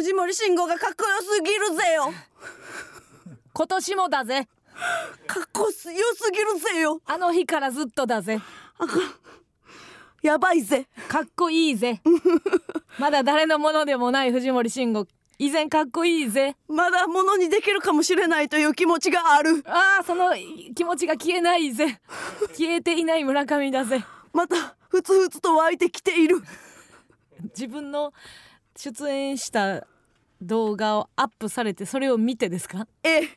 藤森慎吾がかっこよすぎるぜよ。 今年もだぜ。 かっこよすぎるぜよ。 あの日からずっとだぜ。 やばいぜ。 かっこいいぜ。まだ誰のものでもない藤森慎吾、依然かっこいいぜ。 まだものにできるかもしれないという気持ちがある。 ああ、その気持ちが消えないぜ。消えていない村上だぜ。 またふつふつと湧いてきている。 自分の出演した動画をアップされて、それを見てですか？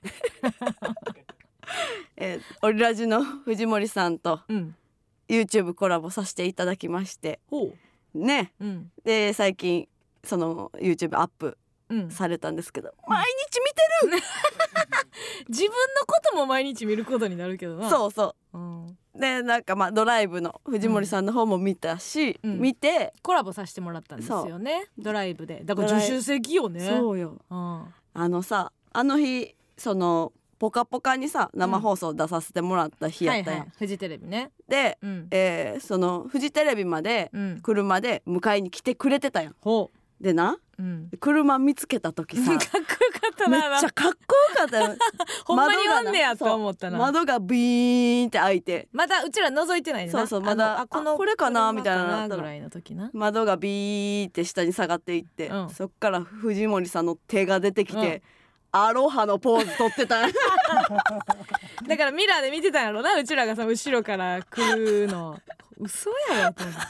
オリラジの藤森さんと、 うん、 YouTube コラボさせていただきましてほう、 ね、 うん、 で最近その YouTube アップされたんですけど、毎日見てる。 自分のことも毎日見ることになるけどな。 そうそう、 うでなんかドライブの藤森さんの方も見たし、見てコラボさせてもらったんですよね、ドライブで。だから助手席よね。 そうよ、あの日そのポカポカにさ生放送出させてもらった日やったやん、 フジテレビね。 で、そのフジテレビまで車で迎えに来てくれてたやん、でな、車見つけた時さかっこよかったな。 めっちゃかっこよかったよ。 ほんまにおんねやと思ったな。 窓がビーンって開いて、 まだうちら覗いてないね。 そうそう、まだこれかなみたいなぐらいの時な。 窓がビーって下に下がっていって、そっから藤森さんの手が出てきて、アロハのポーズ取ってた。 だからミラーで見てたんやろな、うちらがさ後ろから来るの。嘘やろと思う。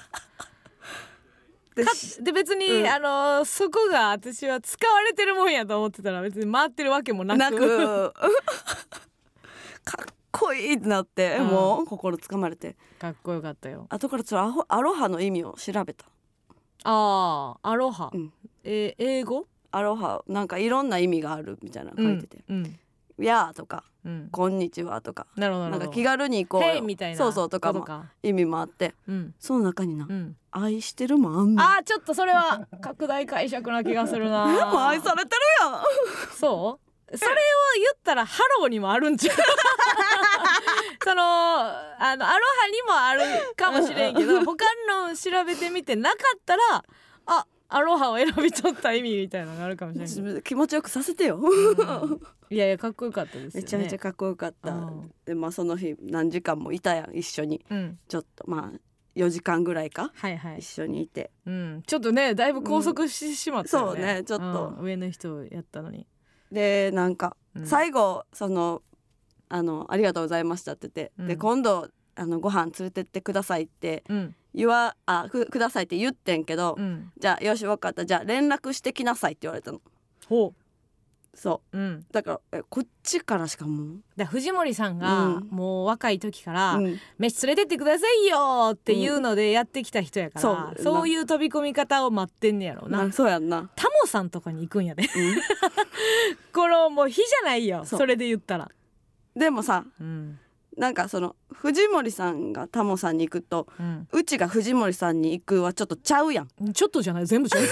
で別に、そこが私は使われてるもんやと思ってたら、別に回ってるわけもなくかっこいいってなって、もう心つかまれてかっこよかったよ。 後からちょっとアロハの意味を調べた。 アロハ、英語アロハなんかいろんな意味があるみたいなの書いてて、やーとか、こんにちはとか、なんか気軽に行こうよみたいな、そうそうとかも意味もあって、その中にな、愛してるもあんの。 ちょっとそれは拡大解釈な気がするな。 もう愛されてるやん。 そうそれを言ったらハローにもあるんちゃう。そのアロハにもあるかもしれんけど、他の調べてみてなかったら、アロハを選び取った意味みたいなのがあるかもしれない。 気持ちよくさせてよ。 いやいやかっこよかったですよね。 めちゃめちゃかっこよかった。でその日何時間もいたやん一緒に、ちょっと4時間ぐらいか、一緒にいて、 ちょっとねだいぶ拘束してしまったよね。 そうね、ちょっと、 上の人やったのに。 でなんか、最後そのありがとうございましたって言って、で今度ご飯連れてってくださいって、くださいって言ってんけど、じゃあよし分かった、じゃあ連絡してきなさいって言われたの。そう、だからこっちからしかもう藤森さんが、もう若い時から、飯連れてってくださいよっていうのでやってきた人やから、そういう飛び込み方を待ってんねやろうな。 そうやんな。 タモさんとかに行くんやで、このもう火じゃないよ それで言ったら。 でもさ、なんかその藤森さんがタモさんに行くと、うちが藤森さんに行くはちょっとちゃうやん。 ちょっとじゃない、全部違う。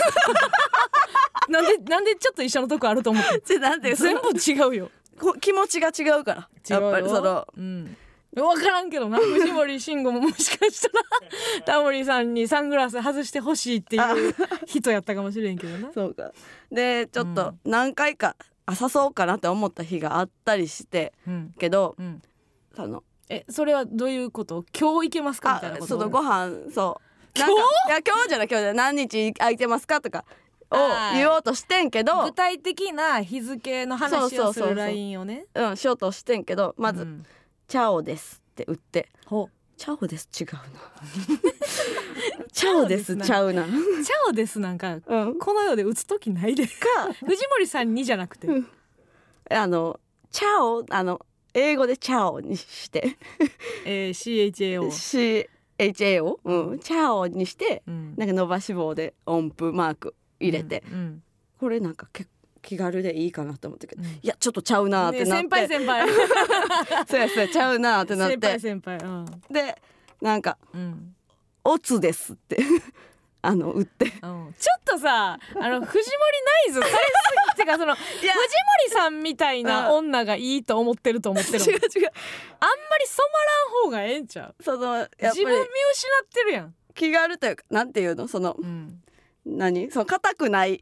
なんでちょっと一緒のとこあると思ってなんで全部違うよ。 気持ちが違うからやっぱりその、 分からんけどな。藤森慎吾ももしかしたらタモリさんにサングラス外してほしいっていう人やったかもしれんけどな。 そうか。でちょっと何回か誘そうかなって思った日があったりして、けど、 それはどういうこと？今日行けますかみたいなこと？ そのご飯、そう今日？ いや今日じゃない何日空いてますかとかを言おうとしてんけど、 具体的な日付の話をする LINE をねしようとしてんけど、まず、チャオですって打って、チャオです違うな。チャオですちゃうな。チャオですなんか、この世で打つ時ないでか。藤森さんにじゃなくて、チャオ英語でチャオにして CHAO チャオにして、なんか伸ばし棒で音符マーク入れて、これなんか気軽でいいかなと思ったけど、いやちょっとちゃうなってなって、 先輩そうやちゃうなってなって先輩、 でなんか、オツですって打って、ちょっとさ藤森ナイズされすぎてかその藤森さんみたいな女がいいと思ってると思ってる。違うあんまり染まらん方がええんちゃう。 やっぱり自分見失ってるやん。 気軽というかなんていうのその、何その硬くない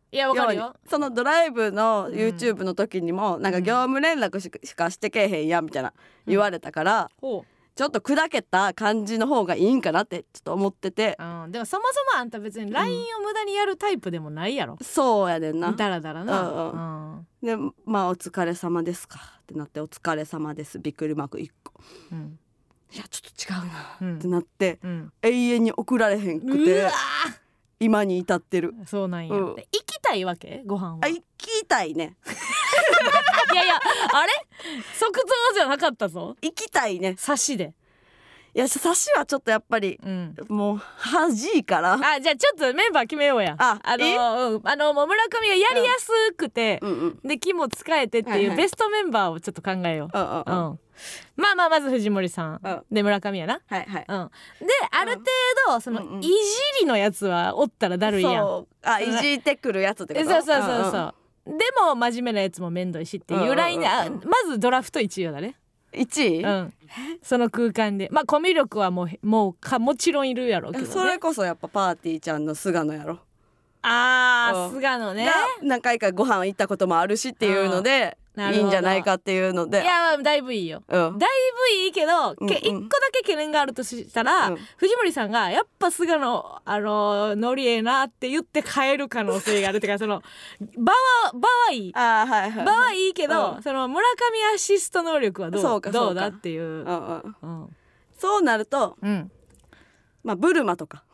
いやわかるよ。 そのドライブの YouTube の時にも、なんか業務連絡しかしてけえへんやみたいな言われたから、ちょっと砕けた感じの方がいいんかなってちょっと思ってて、 でもそもそもあんた別に LINE を無駄にやるタイプでもないやろ。 そうやでんな。 だらだらな。 でまあお疲れ様ですかってなって、お疲れ様ですびっくりマーク1個、いやちょっと違うなってなって、永遠に送られへんくて今に至ってる。 そうなんや。行きたいわけご飯は。 行きたいね。 いやいやあれ即答じゃなかったぞ。 行きたいね。 差しで。 いや差しはちょっとやっぱり、もう恥から。 じゃあちょっとメンバー決めようや。もう村上がやりやすくて、で気も使えてっていうベストメンバーをちょっと考えよう。まあまず藤森さん、で村上やな。である程度そのいじりのやつはおったらだるいやん。いじってくるやつってこと。 そうでも真面目なやつもめんどいしっていうラインで、まずドラフト1位よだね。 1位、 その空間でコミュ力はもちろんいるやろうけどね。 それこそやっぱパーティーちゃんの菅野やろ。 菅野ね。 何回かご飯行ったこともあるしっていうのでいいんじゃないかっていうので。 いやだいぶいいよ、だいぶいいけど、1個だけ懸念があるとしたら、藤森さんがやっぱ菅野ノリええなって言って変える可能性があるっていうか、その場はいいけど、その村上アシスト能力はどうだっていう、 そうなると、ブルマとか。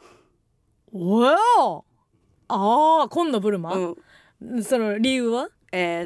今度ブルマ、その理由は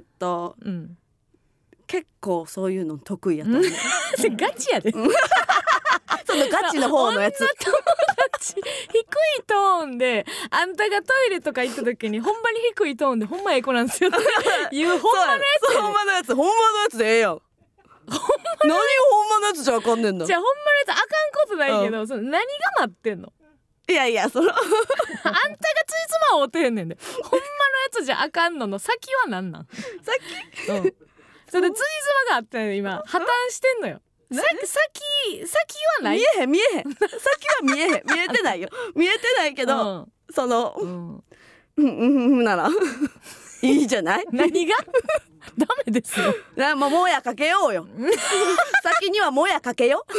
結構そういうの得意やと思う。 ガチやでそのガチの方のやつ。 女友達低いトーンであんたがトイレとか行った時にほんまに低いトーンでほんまええ子なんですよっていうほんまのやつ。 ほんまのやつでええやん。何ほんまのやつじゃあかんねんだ。 じゃあほんまのやつあかんことないけど、その何が待ってんの。 いやあんたがついつまを追ってへんねんで。ほんまのやつじゃあかんの先は何なん。先それつじつまがあったよ今破綻してんのよ。先はない。 見えへん先は見えてないよ。見えてないけど、そのならいいじゃない。 何がダメですよ。 もやかけようよ。先にはもやかけよ。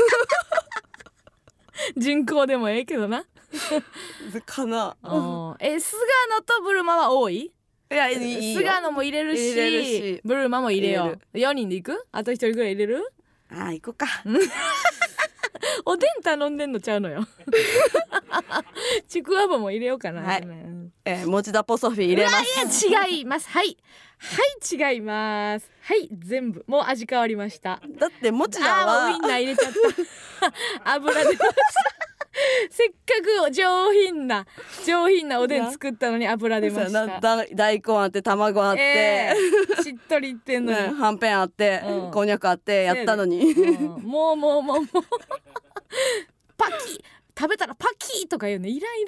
人工でもええけどな。 かな。 菅野とブルマは多い。 いやいいよ。 菅野も入れるしブルマも入れよう。4人で行く？あと1人ぐらい入れる？ 行こうか。 おでん頼んでんのちゃうのよ。ちくわぶも入れようかな。 持田ポソフィ入れます。 違います。はい違います。全部もう味変わりました。 だって持田はウインナー入れちゃった油でせっかく上品なおでん作ったのに油出ました。 大根あって卵あって、 しっとりいってんのに、 はんぺんあって、こんにゃくあってやったのに、 もうパキ食べたらパキとか言うのいらん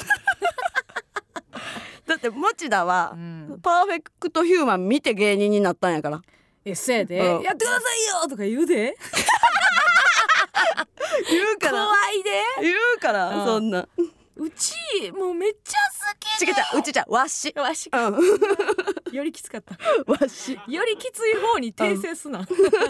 だって持田は、パーフェクトヒューマン見て芸人になったんやから。 そうやで、やってくださいよとか言うで言うから怖いで言うから、そんなうちもうめっちゃ好きで。 うちじゃわしよりきつかった。 わしよりきつい方に訂正すな。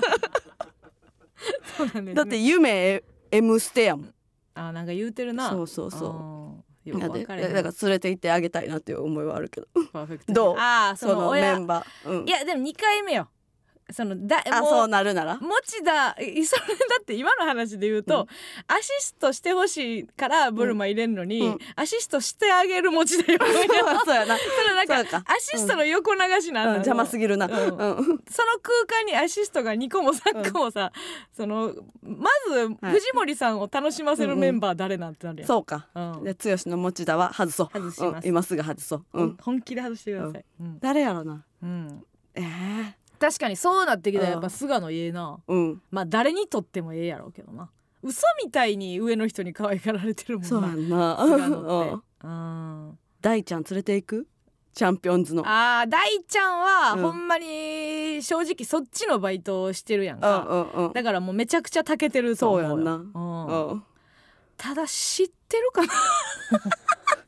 そうなんですね。 だって夢 M ステやもん。 なんか言うてるな。 そうだから連れて行ってあげたいなっていう思いはあるけど。 パーフェクト。 どう？そのメンバー。 いやでも2回目よ。 そうなるなら持田それだって今の話で言うと、アシストしてほしいからブルマ入れるのに、アシストしてあげる持田よ。 そうやな。 それなんかアシストの横流しなんだ、 邪魔すぎるな。 その空間にアシストが2個も3個もさ、まず藤森さんを楽しませるメンバー誰なんてなるやん。 そうか。で剛の持田は外そう。 外します。 今すぐ外そう。 本気で外してください。 誰やろな。 確かにそうなってきたらやっぱ菅野ええな。誰にとってもええやろうけどな。嘘みたいに上の人に可愛がられてるもんな。 そうやんな。 菅野って。 大ちゃん連れていく？チャンピオンズの。 大ちゃんはほんまに正直そっちのバイトをしてるやんか。だからもうめちゃくちゃ長けてると思うよ。 そうやんな。 ただ知ってるかな。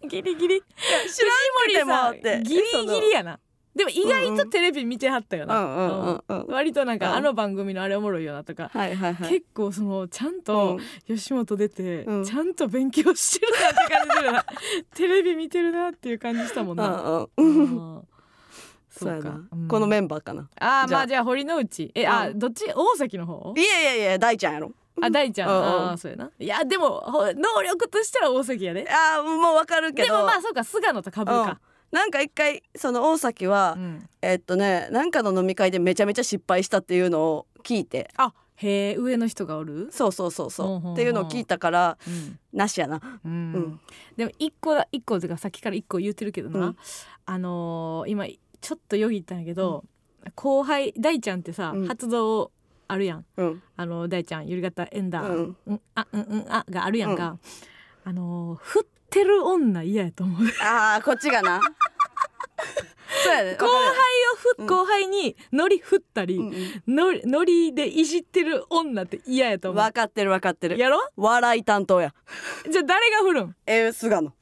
ギリギリ知らんくてもってギリギリやな。でも意外とテレビ見てはったよな、割となんかあの番組のあれおもろいよなとか、結構そのちゃんと吉本出てちゃんと勉強してるなって感じするなテレビ見てるなっていう感じしたもんな。 そうやな、このメンバーかな。 まあじゃあ堀之内どっち大崎の方？ いや大ちゃんやろ。 大ちゃん、そうやな。いやでも能力としたら大崎やで。 もうわかるけど、 でもまあそうか、菅野と被るか。 なんか一回その大崎は、なんかの飲み会でめちゃめちゃ失敗したっていうのを聞いて、 へえ、上の人がおる？ そうっていうのを聞いたから、なしやな。 でも一個というかさっきから一個言ってるけどな、今ちょっとよぎったんやけど、後輩大ちゃんってさ、発動あるやん、大ちゃんゆりがたエンダー、があるやんか、振ってる女嫌やと思う。 こっちがなそうやね、 後輩にノリ振ったり、ノリでいじってる女って嫌やと思う。 分かってるやろ。 笑い担当や。 じゃあ誰が振るん？ 菅野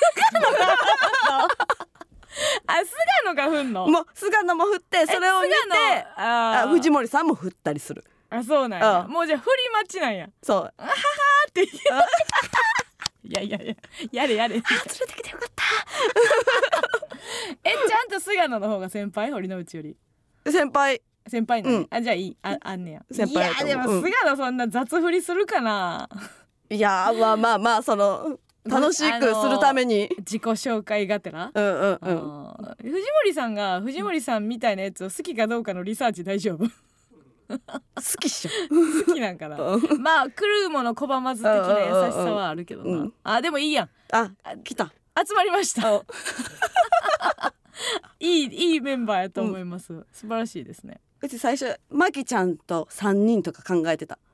菅野が振んの？ もう菅野も振って、それを見て藤森さんも振ったりする。 そうなんや。もうじゃあ振り待ちなんや。 そうははっていややれ連れてきてよかったちゃんと菅野の方が先輩？堀之内より先輩なの？じゃあいい、あんねや。先輩やと思う。いやでも菅野そんな雑振りするかな。 いやまあその楽しくするために自己紹介がてら、藤森さんみたいなやつを好きかどうかのリサーチ大丈夫？ 好きっしょ。 好きなんかな。まあクルーもの拒まず的な優しさはあるけどな。でもいいやん。 来た、 集まりましたいいメンバーやと思います、素晴らしいですね。 うち最初マキちゃんと3人とか考えてた。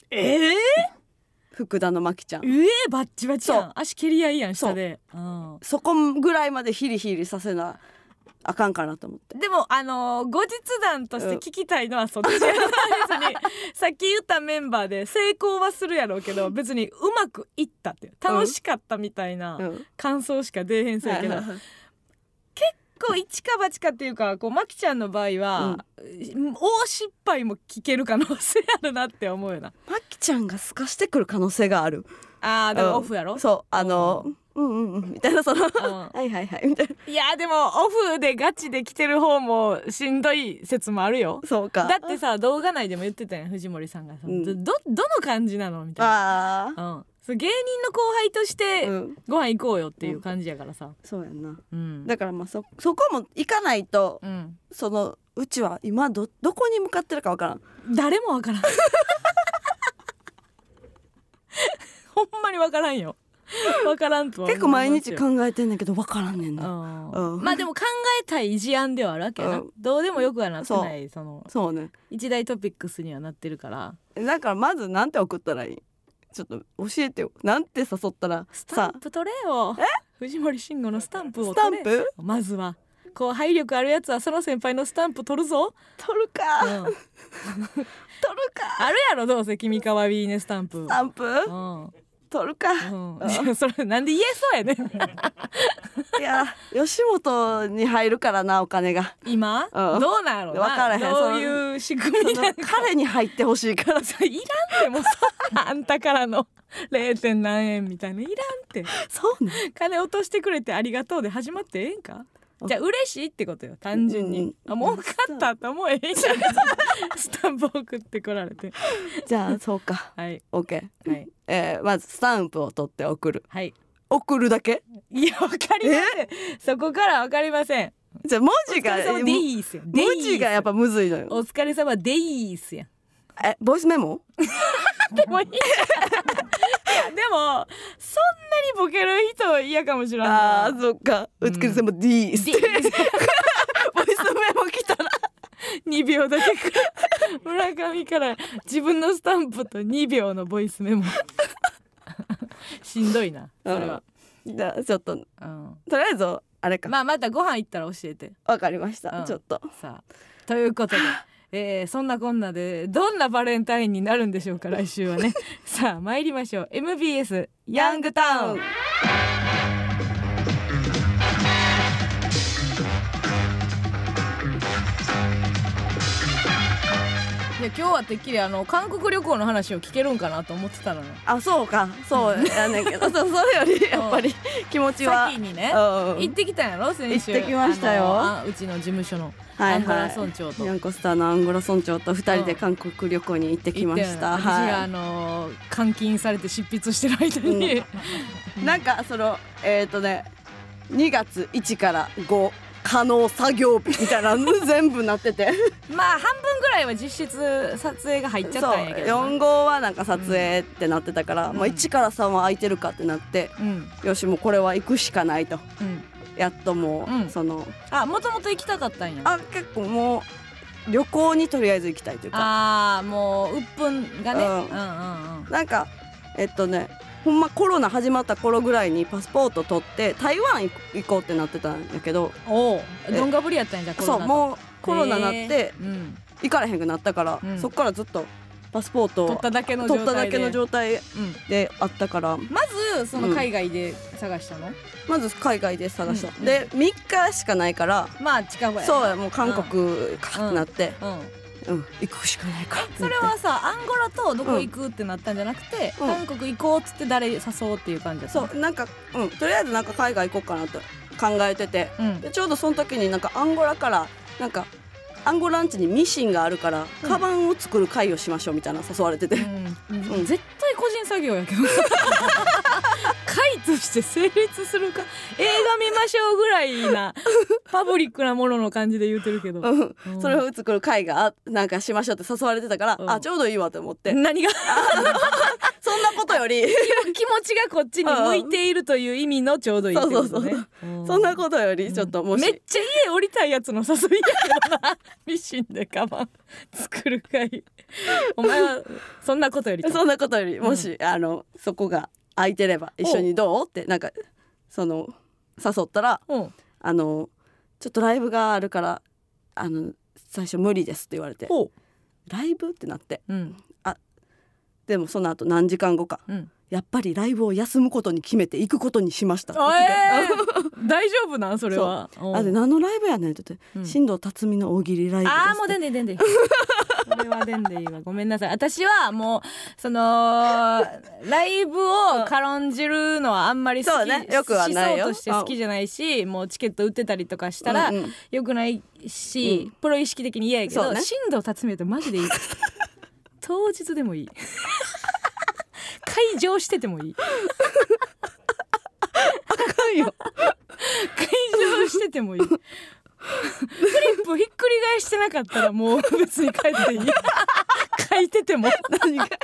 福田のマキちゃんバッチバチやん。足蹴り合いやん下で。 そこぐらいまでヒリヒリさせなあかんかなと思って。 でも後日談として聞きたいのはそっちやな。別にさっき言ったメンバーで成功はするやろうけど、別にうまくいったって楽しかったみたいな感想しか出えへんそうやけど、結構一か八かっていうか、こうマキちゃんの場合は、大失敗も聞ける可能性あるなって思うよな。 マキちゃんがすかしてくる可能性がある。 でもオフやろ。 そうみたいな、そのはいみたいな。 いやでもオフでガチで来てる方もしんどい説もあるよ。 そうか。 だってさ、動画内でも言ってたやん、藤森さんがさ、どの感じなのみたいな。芸人の後輩としてご飯行こうよっていう感じやからさ。 そうやんな。だからまあそこも行かないと、そのうちは今どこに向かってるかわからん。 誰もわからんほんまにわからんよ。わからんとは。 結構毎日考えてんねんけどわからんねんな。 まあでも考えたい事案ではあるわけやな。どうでもよくはなってない、 そうね、 一大トピックスにはなってるから。 だからまずなんて送ったらいい？ちょっと教えてよ。なんて誘ったらスタンプ取れよ。藤森慎吾のスタンプを取れ。 スタンプ？ まずはこう配力あるやつはその先輩のスタンプ取るぞ。 取るか、取るか。 あるやろどうせ君かわいいねスタンプ。 スタンプ？取るか。 それなんで言えそうやねいや吉本に入るからな、お金が今、どうなんやろな。 分からへん。 どういう仕組みなのか。 彼に入ってほしいから。 いらんってもうあんたからの 0. 何円みたいな、いらんって。 そうね、 金落としてくれてありがとうで始まってええんか。じゃあ嬉しいってことよ、単純に。儲かったと思えへんじゃんスタンプ送ってこられて。 じゃあそうか、 はい、 OK、 はい、 まずスタンプを取って送る。 はい、 送るだけ？ いや分かりません、そこから分かりません。 じゃあ文字がお疲れ様でいいっすよ。 文字がやっぱむずいのよ。 お疲れ様でいいっすやん。 ボイスメモでもいいでもそんなにボケる人嫌かもしれない。 そっか、お疲れ様でいいっすってボイスメモ来たら 2秒だけ村上から自分のスタンプと2秒のボイスメモしんどいなそれは。 じゃあちょっと、とりあえずあれか、 またご飯行ったら教えて。 わかりました、ちょっとさあということでそんなこんなでどんなバレンタインになるんでしょうか来週はねさあ参りましょう。 MBS ヤングタウン。 今日はてっきり韓国旅行の話を聞けるんかなと思ってたのよ。 あ、そうか、そうやねんけどそれよりやっぱり気持ちは先にね、行ってきたんやろ先週。 行ってきましたよ。 うちの事務所のアンゴラ村長とニャンコスターのアンゴラ村長と2人で韓国旅行に行ってきました。 私が監禁されて執筆してる間に、 なんか2月1から5可能作業日みたいな全部なっててまあ半分ぐらいは実質撮影が入っちゃったんやけど、 4号はなんか撮影ってなってたから、まあ、1から3は空いてるかってなって、よしもうこれは行くしかないと、やっともう、 もともと行きたかったんや。 結構もう旅行にとりあえず行きたいというか、 もう鬱憤がね、 なんかほんまコロナ始まった頃ぐらいにパスポート取って台湾行こうってなってたんやけど、 どんがぶりやったんじゃコロナと。 そう、もうコロナなって行かれへんくなったから、そっからずっとパスポートを取っただけの状態であったから、 まずその海外で探したの？ まず海外で探した、で3日しかないから、 まあ近場や。 そうや、もう韓国かってなって、行くしかないか。 それはさ、アンゴラとどこ行くってなったんじゃなくて、韓国行こうっつって誰誘おうっていう感じだった。 そう、なんかとりあえずなんか海外行こうかなと考えてて、でちょうどその時になんかアンゴラからなんかアンゴランチにミシンがあるから、カバンを作る会をしましょうみたいな誘われてて、 絶対個人作業やけど会として成立するか、映画見ましょうぐらいなパブリックなものの感じで言うてるけど、 それを作る会がなんかしましょうって誘われてたから、ちょうどいいわと思って。 何がそんなことより気持ちがこっちに向いているという意味のちょうどいいってことね。 そんなことよりちょっともし、 めっちゃ家降りたいやつの誘いやけどなミシンでカバン作る会。お前はそんなことよりもし、そこが空いてれば一緒にどうってなんか誘ったら、ちょっとライブがあるから最初無理ですって言われて、ライブってなって、でもその後何時間後か、やっぱりライブを休むことに決めて行くことにしましたって大丈夫なんそれは。 で何のライブやねんって言って、新藤辰巳の大喜利ライブですって。 もうでんでそれはでんでいいわ、ごめんなさい。私はもうそのライブを軽んじるのはあんまり好き、 よくはないよ。 思想として好きじゃないし、もうチケット売ってたりとかしたらよくないし、プロ意識的に嫌やけど、新藤辰巳ってマジでいい当日でもいい会場しててもいいあかんよ会場しててもいいフリップひっくり返してなかったらもう別に帰っていい書いてても何が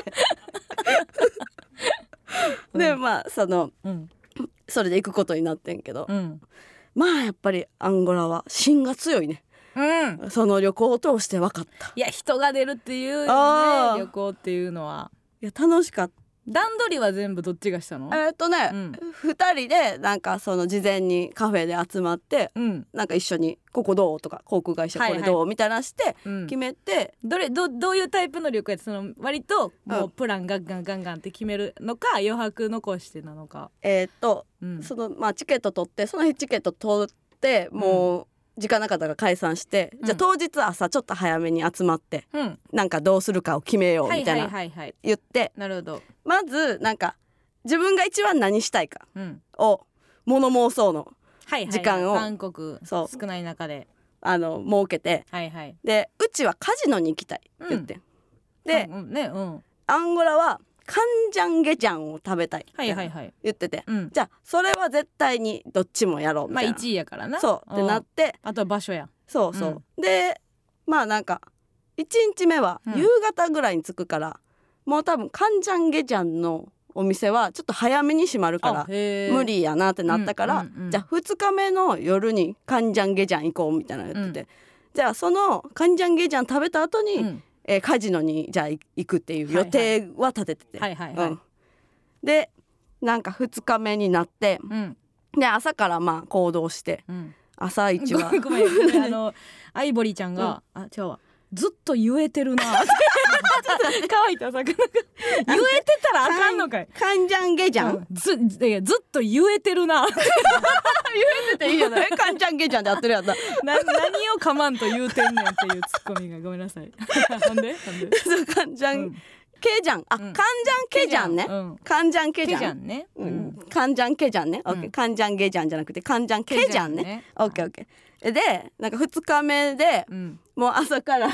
でまあそれで行くことになってんけど、まあやっぱりアンゴラは芯が強いね。その旅行を通して分かった。いや、人が出るっていうよね、旅行っていうのは。 いや楽しかった。 段取りは全部どっちがしたの ？2人でなんかその事前にカフェで集まって、なんか一緒にここどうとか航空会社これどうみたいなして決めて、 どういうタイプの旅行やって、その割ともうプランガンガンって決めるのか、余白残してなのか。 そのチケット取って、その日チケット取ってもう時間なかったから解散して、じゃあ当日朝ちょっと早めに集まって、なんかどうするかを決めようみたいな言って、 なるほど。 まずなんか自分が一番何したいかを物申そうの時間を韓国少ない中で設けて、でうちはカジノに行きたいって言って、でアンゴラはカンジャンゲジャンを食べたいって言ってて、じゃあそれは絶対にどっちもやろうみたいな、 1位やからな。 そうってなって、 あとは場所や。 でまあなんか1日目は夕方ぐらいに着くから、もう多分カンジャンゲジャンのお店はちょっと早めに閉まるから無理やなってなったから、じゃあ2日目の夜にカンジャンゲジャン行こうみたいなの言ってて、じゃあそのカンジャンゲジャン食べた後に、カジノにじゃあ行くっていう予定は立ててて、でなんか2日目になって、で朝からまあ行動して、朝一はごめんアイボリーちゃんが、違うわ、ずっと言えてるな乾いた魚が言えてたらあかんのかい。 カンジャンゲジャン、 ずっと言えてるな言えてていいじゃないカンジャンゲジャンでやってるやった何をかまんと言うてんねんっていうツッコミがごめんなさいなんでそうカンジャンケジャン、カンジャンケジャンね、カンジャンケジャンね、カンジャンケジャンね、オッケー、カンジャンゲジャンじゃなくてカンジャンケジャンね、オッケーオッケー。でなんか2日目で、もう朝から、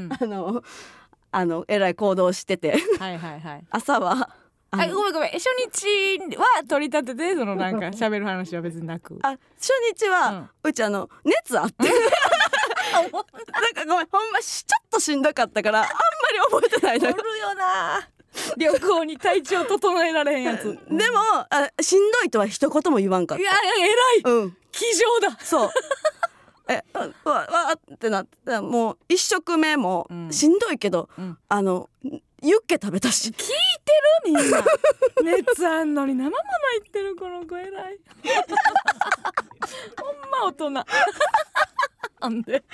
えらい行動してて朝はごめん初日は取り立ててそのなんか喋る話は別になく初日は、うち熱あってなんかごめんほんまちょっとしんどかったからあんまり覚えてないのよ。 おるよな旅行に体調整えられへんやつでもしんどいとは一言も言わんかった。 いや偉い、気丈だ。そうわってなってもう一食目もしんどいけど、ユッケ食べたし。 聞いてるみんな熱あんのに生もの言ってるこの子偉いほんま大人なんで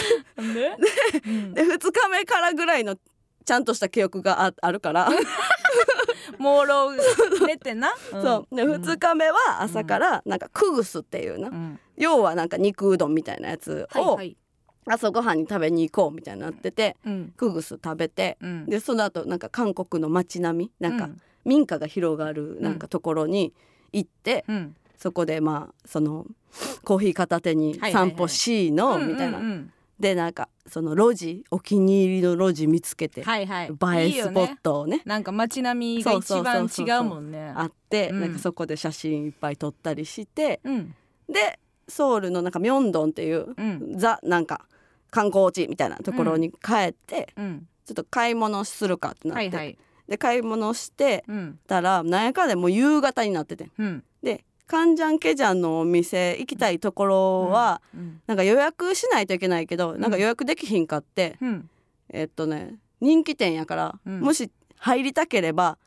2日目からぐらいのちゃんとした記憶があるからもろ出てな、 そうで2日目は朝からなんかクグスっていうな、要はなんか肉うどんみたいなやつを、朝ごはんに食べに行こうみたいになってて、クグス食べて、でその後なんか韓国の街並みなんか民家が広がるなんかところに行って、そこでまあそのコーヒー片手に散歩しのみたいな、でなんかその路地お気に入りの路地見つけて、映えスポットをねなんか街並みが一番違うもんねあって、なんかそこで写真いっぱい撮ったりして、でソウルのなんかミョンドンっていう、ザなんか観光地みたいなところに帰って、ちょっと買い物するかってなって、で買い物してたら、なんやかでもう夕方になってて、でカンジャンケジャンのお店行きたいところは、なんか予約しないといけないけど、なんか予約できひんかって、人気店やから、もし入りたければ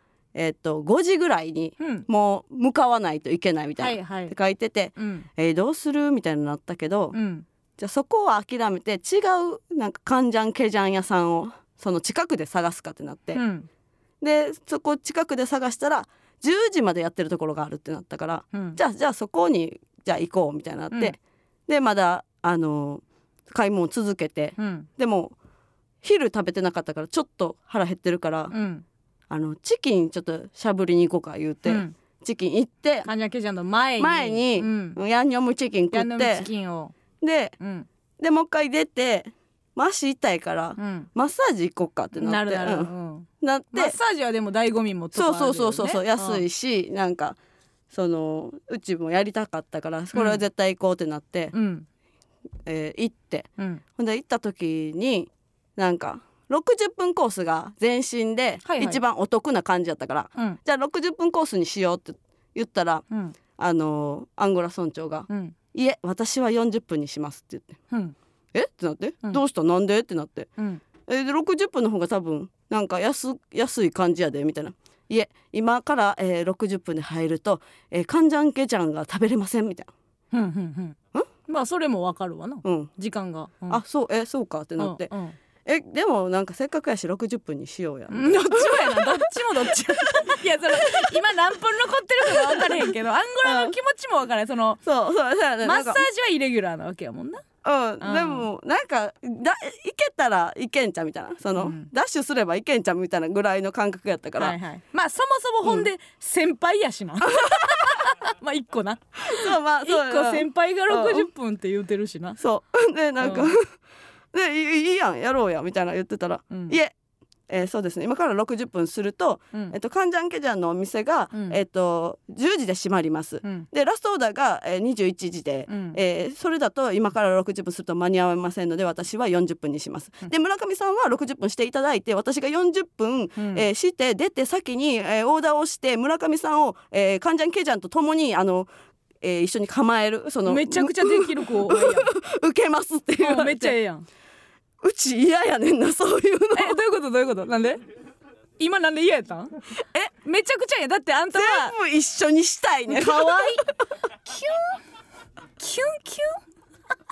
5時ぐらいにもう向かわないといけないみたいな、って書いてて、どうするみたいになったけど、じゃあそこは諦めて違うなんかカンジャンケジャン屋さんをその近くで探すかってなって、でそこ近くで探したら10時までやってるところがあるってなったから、じゃあそこにじゃあ行こうみたいになって、でまだ買い物続けて、でも昼食べてなかったからちょっと腹減ってるから、チキンちょっとしゃぶりに行こうか言うて、チキン行ってカンジャンケジャンの前に、ヤンニョムチキン食ってでもう一回出て足痛いから、マッサージ行こうかってなってなってマッサージはでも醍醐味もとかあるよね。 そう安いし、なんかそのうちもやりたかったからこれは絶対行こうってなって、行って、ほんで行った時になんか60分コースが全身で一番お得な感じだったから、じゃあ60分コースにしようって言ったら、アンゴラ村長が、いえ私は40分にしますって言って、ってなって、どうしたなんでってなって、で60分の方が多分なんか安い感じやでみたいな、いえ今から、60分で入ると、カンジャンケジャンが食べれませんみたいな、 まあそれもわかるわな、時間が、 あそうそうかってなって、でもなんかせっかくやし60分にしようや、 どっちもやなどっちいやその今何分残ってるかが分からへんけどアンゴラの気持ちも分からへん。そのそうやね、マッサージはイレギュラーなわけやもんな。 でもなんかいけたらいけんちゃみたいな、その、ダッシュすればいけんちゃみたいなぐらいの感覚やったから、 まあそもそもほんで先輩やしな、まあ1個な、1個先輩が60分って言うてるしな、 そうでなんかでいいやんやろうやみたいな言ってたら、いえそうですね今から60分すると、カンジャンケジャンのお店が、10時で閉まります、でラストオーダーが、21時で、それだと今から60分すると間に合いませんので私は40分にします、で村上さんは60分していただいて私が40分、して出て先に、オーダーをして村上さんを、カンジャンケジャンと共に一緒に構える、そのめちゃくちゃできる子受けますって言われて、 めっちゃええやん。 うち嫌やねんなそういうの。 どういうことなんで今なんで嫌やったん？めちゃくちゃ嫌だってあんたは全部一緒にしたいね。 かわいいキュンキュンキュン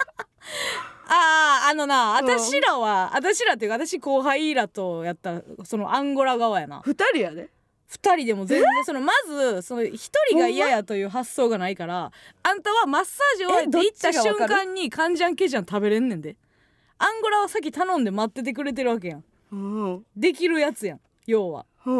私らっていうか私後輩らとやったらそのアンゴラ側やな。 2人やで。 2人でも全然まずその1人が嫌やという発想がないから、あんたはマッサージ終わって行った瞬間にカンジャンケジャン食べれんねんで。アンゴラは先頼んで待っててくれてるわけやん、うん、できるやつやん要は、うん、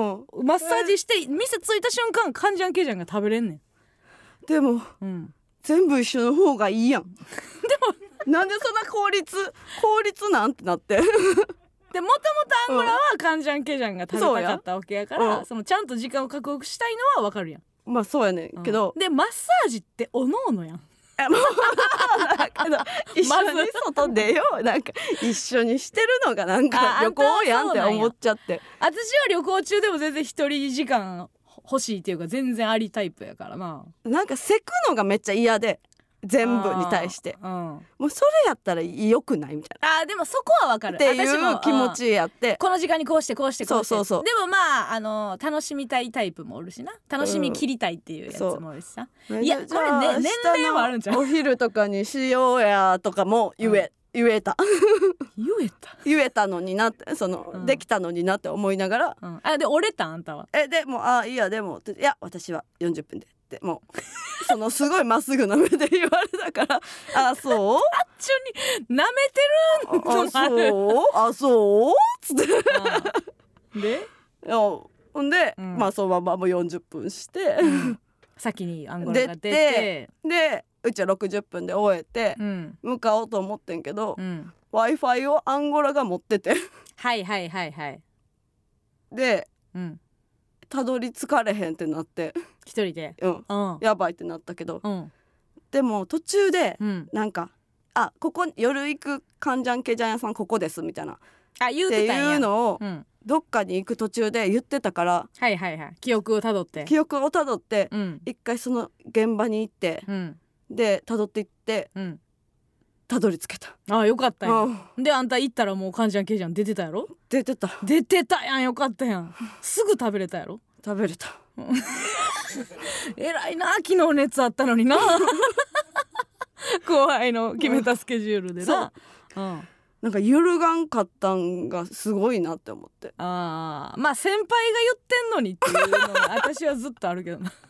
マッサージして店着いた瞬間カンジャンケジャンが食べれんねん。 でも、うん、全部一緒の方がいいやん。でもなんでそんな効率なんてなってでもともとアンゴラはカンジャンケジャンが食べたかったわけやから、うん、そのちゃんと時間を確保したいのは分かるやん。 まあそうやねんけど、 うん、でマッサージっておのおのやん。 一緒に外出よう、なんか一緒にしてるのがなんか旅行やんって思っちゃって。 私は旅行中でも全然一人時間欲しいっていうか全然ありタイプやからな。 なんかせくのがめっちゃ嫌で全部に対して、うん、もうそれやったら良くないみたいな。 でもそこはわかるっていう気持ちやって、 この時間にこうしてこうしてこうして、 そうでもまあ楽しみたいタイプもおるしな、楽しみ切りたいっていうやつもおるしさ、いやこれね年齢もあるんじゃん。 お昼とかにしようやとかも言えた言えたのになって、できたのになって思いながら、 で折れたあんたは。 でもいやでもいや私は40分でってもうすごいまっすぐな目で言われたからそうあっちゅに舐めてるんそうつってでほんで、まあそのままもう40分して、 先にアンゴラが出てでうちは60分で終えて、向かおうと思ってんけど、Wi-Fi をアンゴラが持っててはいはいはいはい。 で、たどり着かれへんってなって一人で、 やばいってなったけど、でも途中で、なんかここ夜行くカンジャンケジャン屋さんここですみたいな言うてたんやっていうのを、どっかに行く途中で言ってたから、 はいはいはい、記憶をたどって、 一回その現場に行って、でたどっていって、たどり着けた。 よかったやん。であんた行ったらもうカンジャンケジャン出てたやろ。 出てたやん。よかったやん。すぐ食べれたやろ。 食べれた偉いな、昨日熱あったのにな後輩の決めたスケジュールでな。 なんか揺るがんかったんがすごいなって思って。 まあ先輩が言ってんのにっていうのが私はずっとあるけどな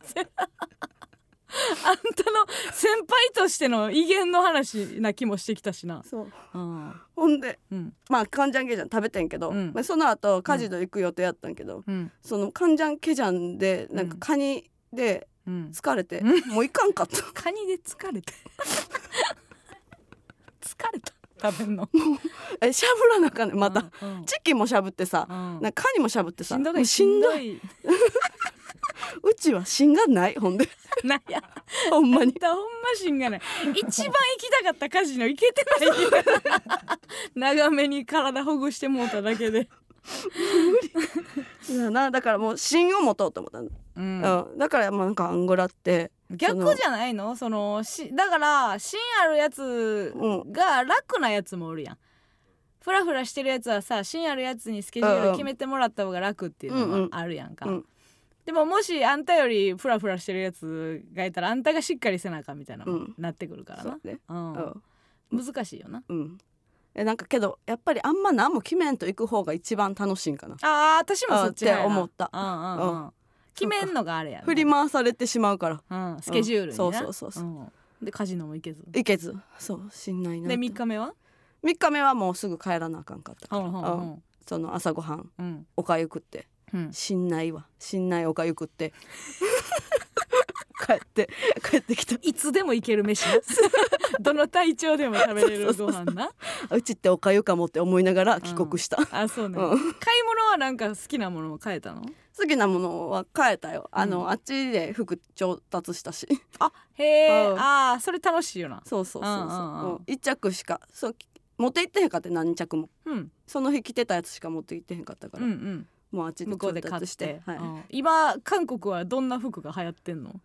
あんたの先輩としての威厳の話な気もしてきたしな。 そう、ほんで、まあカンジャンケジャン食べてんけど、その後カジノ行く予定やったんけど、そのカンジャンケジャンでなんかカニで疲れて、もういかんかったカニで疲れて疲れた食べんのしゃぶらなあかんねんまた、チキンもしゃぶってさ、なんかカニもしゃぶってさ、しんどいうちは芯がない。ほんでなんやほんまにほんま芯がない。一番行きたかったカジノ行けてない長めに体ほぐしてもうただけで無理だからもう芯を持とうと思ったの、だからなんかアンゴラって逆じゃないの。だから芯あるやつが楽なやつもおるやん。フラフラしてるやつはさ、芯あるやつにスケジュール決めてもらった方が楽っていうのもあるやんか、でももしあんたよりフラフラしてるやつがいたらあんたがしっかりせなあかんみたいなのなってくるからな、難しいよな、 なんかけどやっぱりあんま何も決めんと行く方が一番楽しいんかな。 私もそっちって思った。 決めんのがあれや、 振り回されてしまうから、 スケジュールにな、 そうでカジノも行けずそうしんないな。 で3日目はもうすぐ帰らなあかんかったから、その朝ごはん、おかゆ食って、しんないおかゆ食って帰ってきた。 いつでも行ける飯どの体調でも食べれるご飯な。 うちっておかゆかもって思いながら帰国した、 そうね、買い物はなんか好きなものも買えたの。 好きなものは買えたよ。あっちで服調達したし。 へえ、それ楽しいよな。 そう一着しか持って行ってへんかって、何着も、その日着てたやつしか持って行ってへんかったから、もうあっちで向こうで買って、 今韓国はどんな服が流行ってんの。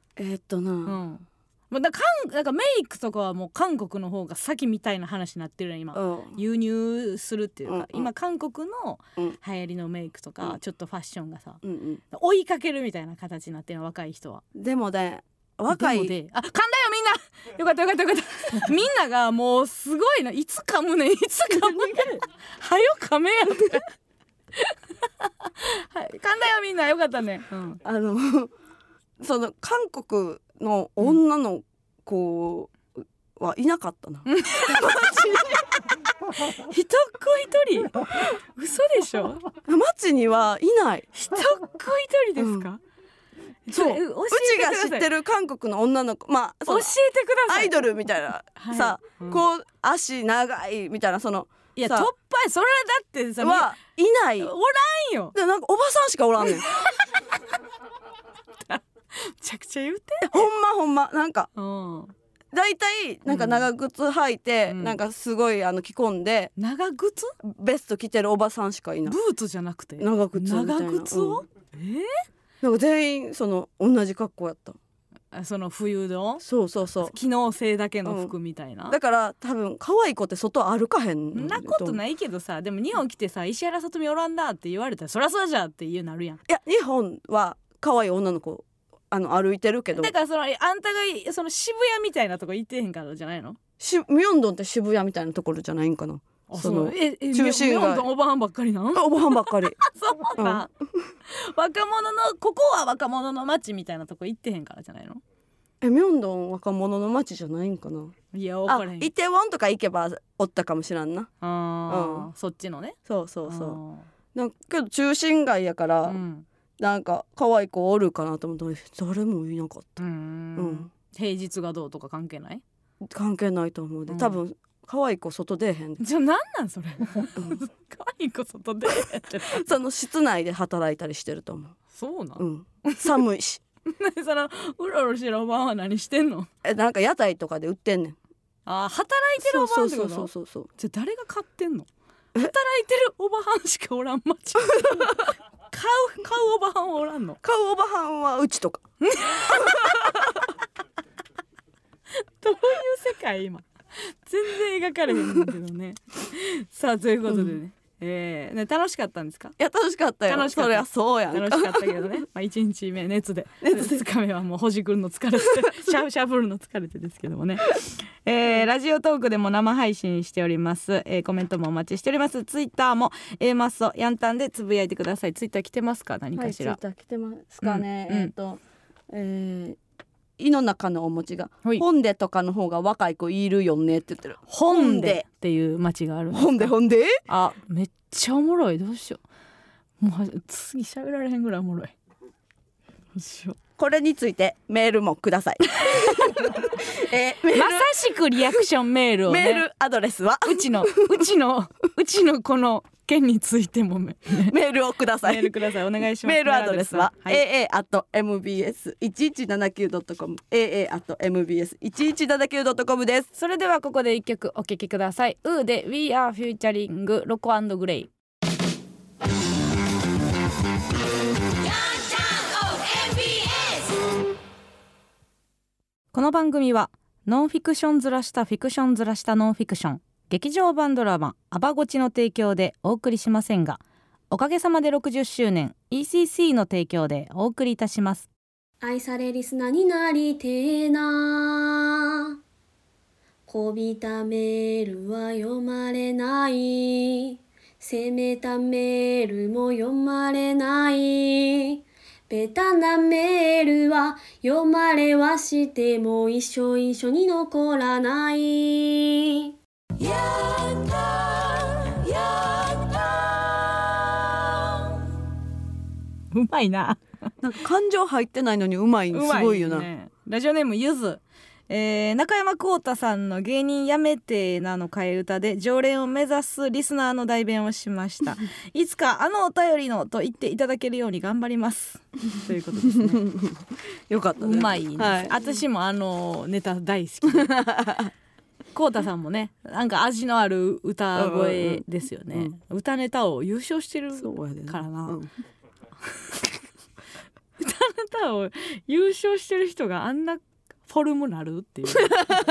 なんかメイクとかはもう韓国の方が先みたいな話になってるね今、輸入するっていうか、今韓国の流行りのメイクとか、ちょっとファッションがさ、追いかけるみたいな形になってるの、若い人は。 でもね、 若い噛んだよみんな。よかったみんながもうすごいな。いつ噛むねんはよ噛めやはい、噛んだよみんな。よかったね、 その韓国の女の子はいなかったな、 一人嘘でしょ。 街にはいない。 一人ですか、 そう、うちが知ってる韓国の女の子、教えてください。アイドルみたいな、さ、こう足長いみたいな、そのいや、突破それだってさはいない。 おらんよ。 なんかおばさんしかおらんねんめちゃくちゃ言うてほんまなんかだいたいなんか長靴履いて、なんかすごい着込んで長靴ベスト着てるおばさんしかいない。 ブーツじゃなくて長靴みたいな。 長靴を、 なんか全員その同じ格好やった。 その冬のそう機能性だけの服みたいな、 だから多分可愛い子って外歩かへん。 そんなことないけどさ、でも日本来てさ石原さとみおらんだって言われたらそりゃそうじゃってなるやん。いや日本は可愛い女の子歩いてるけど、 だからあんたがその渋谷みたいなとこ行ってへんからじゃないの。 ミョンドンって渋谷みたいなところじゃないんかな。その中心街。ミョンドンおばはんばっかりな。 おばはんばっかりそうな、若者のここは若者の街みたいなとこ行ってへんからじゃないの。 ミョンドン若者の街じゃないんかな。 いや分からへん。 イテウォンとか行けばおったかもしらんな。 そっちのね。 そうなんかけど中心街やから、なんか可愛い子おるかなと思ったら誰もいなかった。 平日がどうとか関係ない？ 関係ないと思うで、多分可愛い子外出えへん。 じゃあなんそれ可愛い子外出えへんってその室内で働いたりしてると思う。 そうなん、 寒いしそのうろうろしてるおばあは何してんの？ なんか屋台とかで売ってんねん。 働いてるおばあってこと？ そうじゃあ誰が買ってんの？働いてるおばはんしかおらん街買うおばはんはおらんの？ 買うおばはんはうちとかどういう世界今全然描かれへんけどねさあということでね、楽しかったんですか？いや楽しかったよ。そりゃそうやん。 楽しかったけどね1日目熱で2日目はもうほじくるの疲れてシャブるの疲れてですけどもね、ラジオトークでも生配信しております、コメントもお待ちしております。ツイッターも A マッソヤンタンでつぶやいてください。ツイッター来てますか？何かしら。 ツイッター来てますかね。胃の中のお餅が本でとかの方が若い子いるよねって言ってる。 本でっていう町があるんですか？ 本でめっちゃおもろい。どうしよう、もう次喋られへんぐらいおもろい。どうしよう。 これについてメールもくださいまさしくリアクションメールをね。 メールアドレスはうちのこの件についてもメールをください。 メールください。お願いします。 メールアドレスは aa@mbs1179.com aa@mbs1179.com です。 それではここで一曲お聴きください。ウーで We Are Featuring ロコ&グレイ。この番組はノンフィクションずらしたフィクションずらしたノンフィクション劇場版ドラマアバゴチの提供でお送りしませんが、おかげさまで60周年 ECC の提供でお送りいたします。 愛されリスナーになりてえな、こびたメールは読まれない、攻めたメールも読まれない、ベタなメールは読まれはしても一生に残らない。やったやったうまいな。 なんか感情入ってないのにうまいすごいよな、 ね、ラジオネームゆず、中山浩太さんの芸人やめてなの替え歌で常連を目指すリスナーの代弁をしましたいつかあのお便りのと言っていただけるように頑張りますということですねよかったね。 うまいんです、はい、私もネタ大好き浩太さんもね、なんか味のある歌声ですよね、歌ネタを優勝してるからな、歌ネタを優勝してる人があんなフォルムなるっていう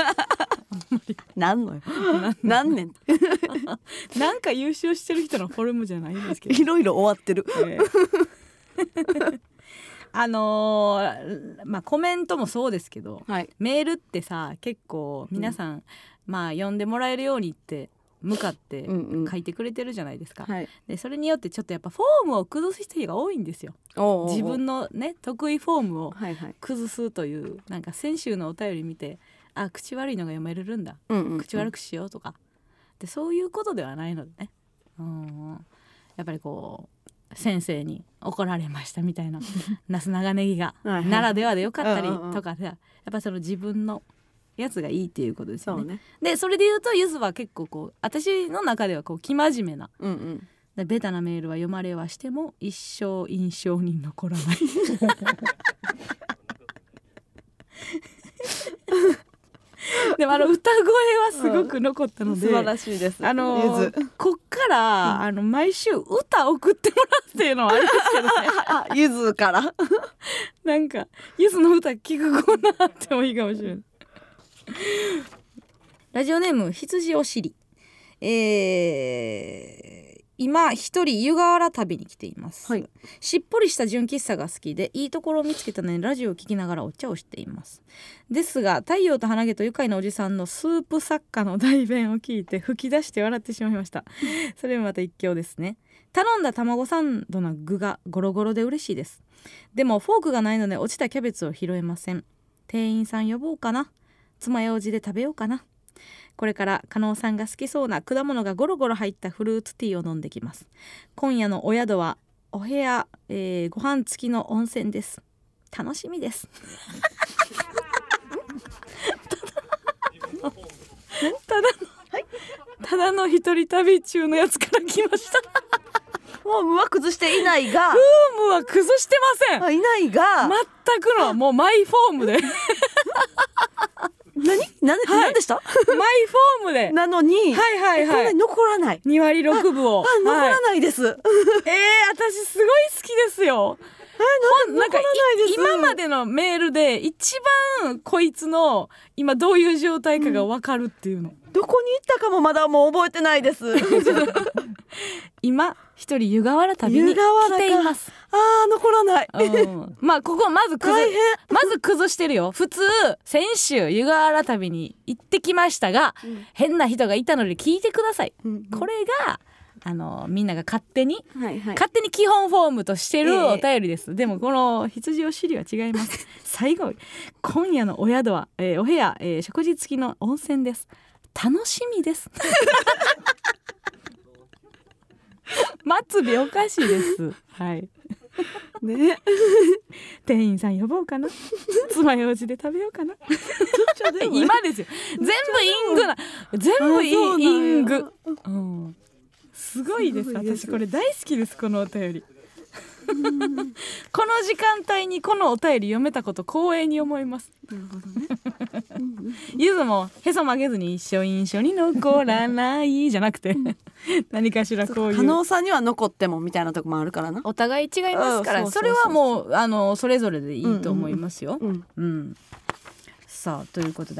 なんのよ何年なんか優勝してる人のフォルムじゃないんですけどいろいろ終わってる、 まあコメントもそうですけど、 はい、 メールってさ結構皆さん、まあ読んでもらえるようにって向かって書いてくれてるじゃないですか、 はい、 でそれによってちょっとやっぱフォームを崩す人が多いんですよ。自分のね得意フォームを崩すという、なんか先週のお便り見てあ口悪いのが読めるんだ、口悪くしようとかでそういうことではないのでね、やっぱりこう先生に怒られましたみたいななす長ネギがならではでよかったりとかでやっぱその自分のやつがいいっていうことですよ ね。でそれで言うとゆずは結構こう私の中ではこう生真面目な、でベタなメールは読まれはしても一生印象に残らないでも歌声はすごく残ったので、 素晴らしいです。 こっから、毎週歌送ってもらうっていうのはありですけどねゆずからなんかゆずの歌聞くコーナーあってもいいかもしれないラジオネーム羊おしり、今一人湯河原旅に来ています、しっぽりした純喫茶が好きでいいところを見つけたのでラジオを聞きながらお茶をしています。ですが太陽と花毛と愉快なおじさんのスープ作家の代弁を聞いて吹き出して笑ってしまいましたそれもまた一興ですね。頼んだ卵サンドの具がゴロゴロで嬉しいです。でもフォークがないので落ちたキャベツを拾えません。店員さん呼ぼうかな、爪楊枝で食べようかな。これから加納さんが好きそうな果物がゴロゴロ入ったフルーツティーを飲んできます。今夜のお宿はお部屋、ご飯付きの温泉です。楽しみですただの一人旅中のやつから来ましたフォームは崩していないがフォームは崩してません。 いないが全くのもうマイフォームで何でしたマイフォームでなのに、これ残らない 2割6分を残らないです、 私すごい好きですよ。なんか今までのメールで一番こいつの今どういう状態かが分かるっていうの、 どこに行ったかもまだもう覚えてないです今一人湯河原旅に来ています。 残らない、 まあここまず崩してるよ。普通先週湯河原旅に行ってきましたが、変な人がいたので聞いてください、これがみんなが勝手に基本フォームとしてるお便りです、でもこの羊お尻は違います最後今夜のお宿は、お部屋、食事付きの温泉です。楽しみです末尾おかしいですはいね店員さん呼ぼうかな爪楊枝で食べようかな今ですよ全部イングな全部イング、すごいです。私これ大好きです、このお便りこの時間帯にこのお便り読めたこと光栄に思います。 なるほどねゆずもへそ曲げずに一生印象に残らないじゃなくて何かしらこういう加納さんには残ってもみたいなとこもあるからな。 お互い違いますから、それはもうそれぞれでいいと思いますよ。さあということで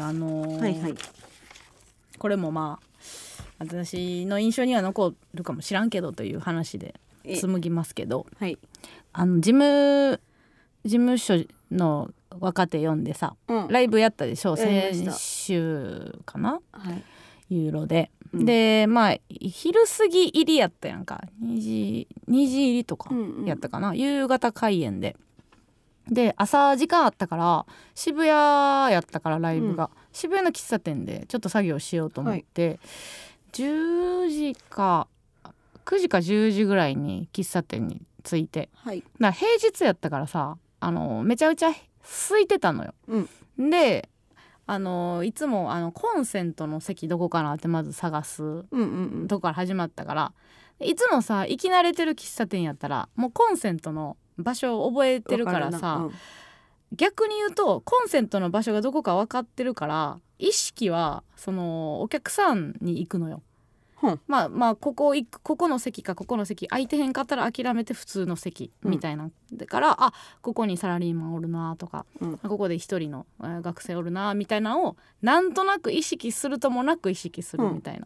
これもまあ私の印象には残るかもしらんけどという話で紡ぎますけど、事務所の若手呼んでさ、ライブやったでしょ、先週かな、ユーロで、でまあ昼過ぎ入りやったやんか、2時入りとかやったかな、夕方開演で朝時間あったから渋谷やったからライブが、渋谷の喫茶店でちょっと作業しようと思って、10時か9時か10時ぐらいに喫茶店に着いて、だ平日やったからさめちゃくちゃ空いてたのよ、でいつもコンセントの席どこかなってまず探すとこから始まったから、いつもさ行き慣れてる喫茶店やったらもうコンセントの場所を覚えてるからさ、逆に言うとコンセントの場所がどこか分かってるから意識はそのお客さんに行くのよ。まあここの席かここの席空いてへんかったら諦めて普通の席みたいな、だからここにサラリーマンおるなとか、ここで一人の学生おるなみたいなのをなんとなく意識するともなく意識するみたいな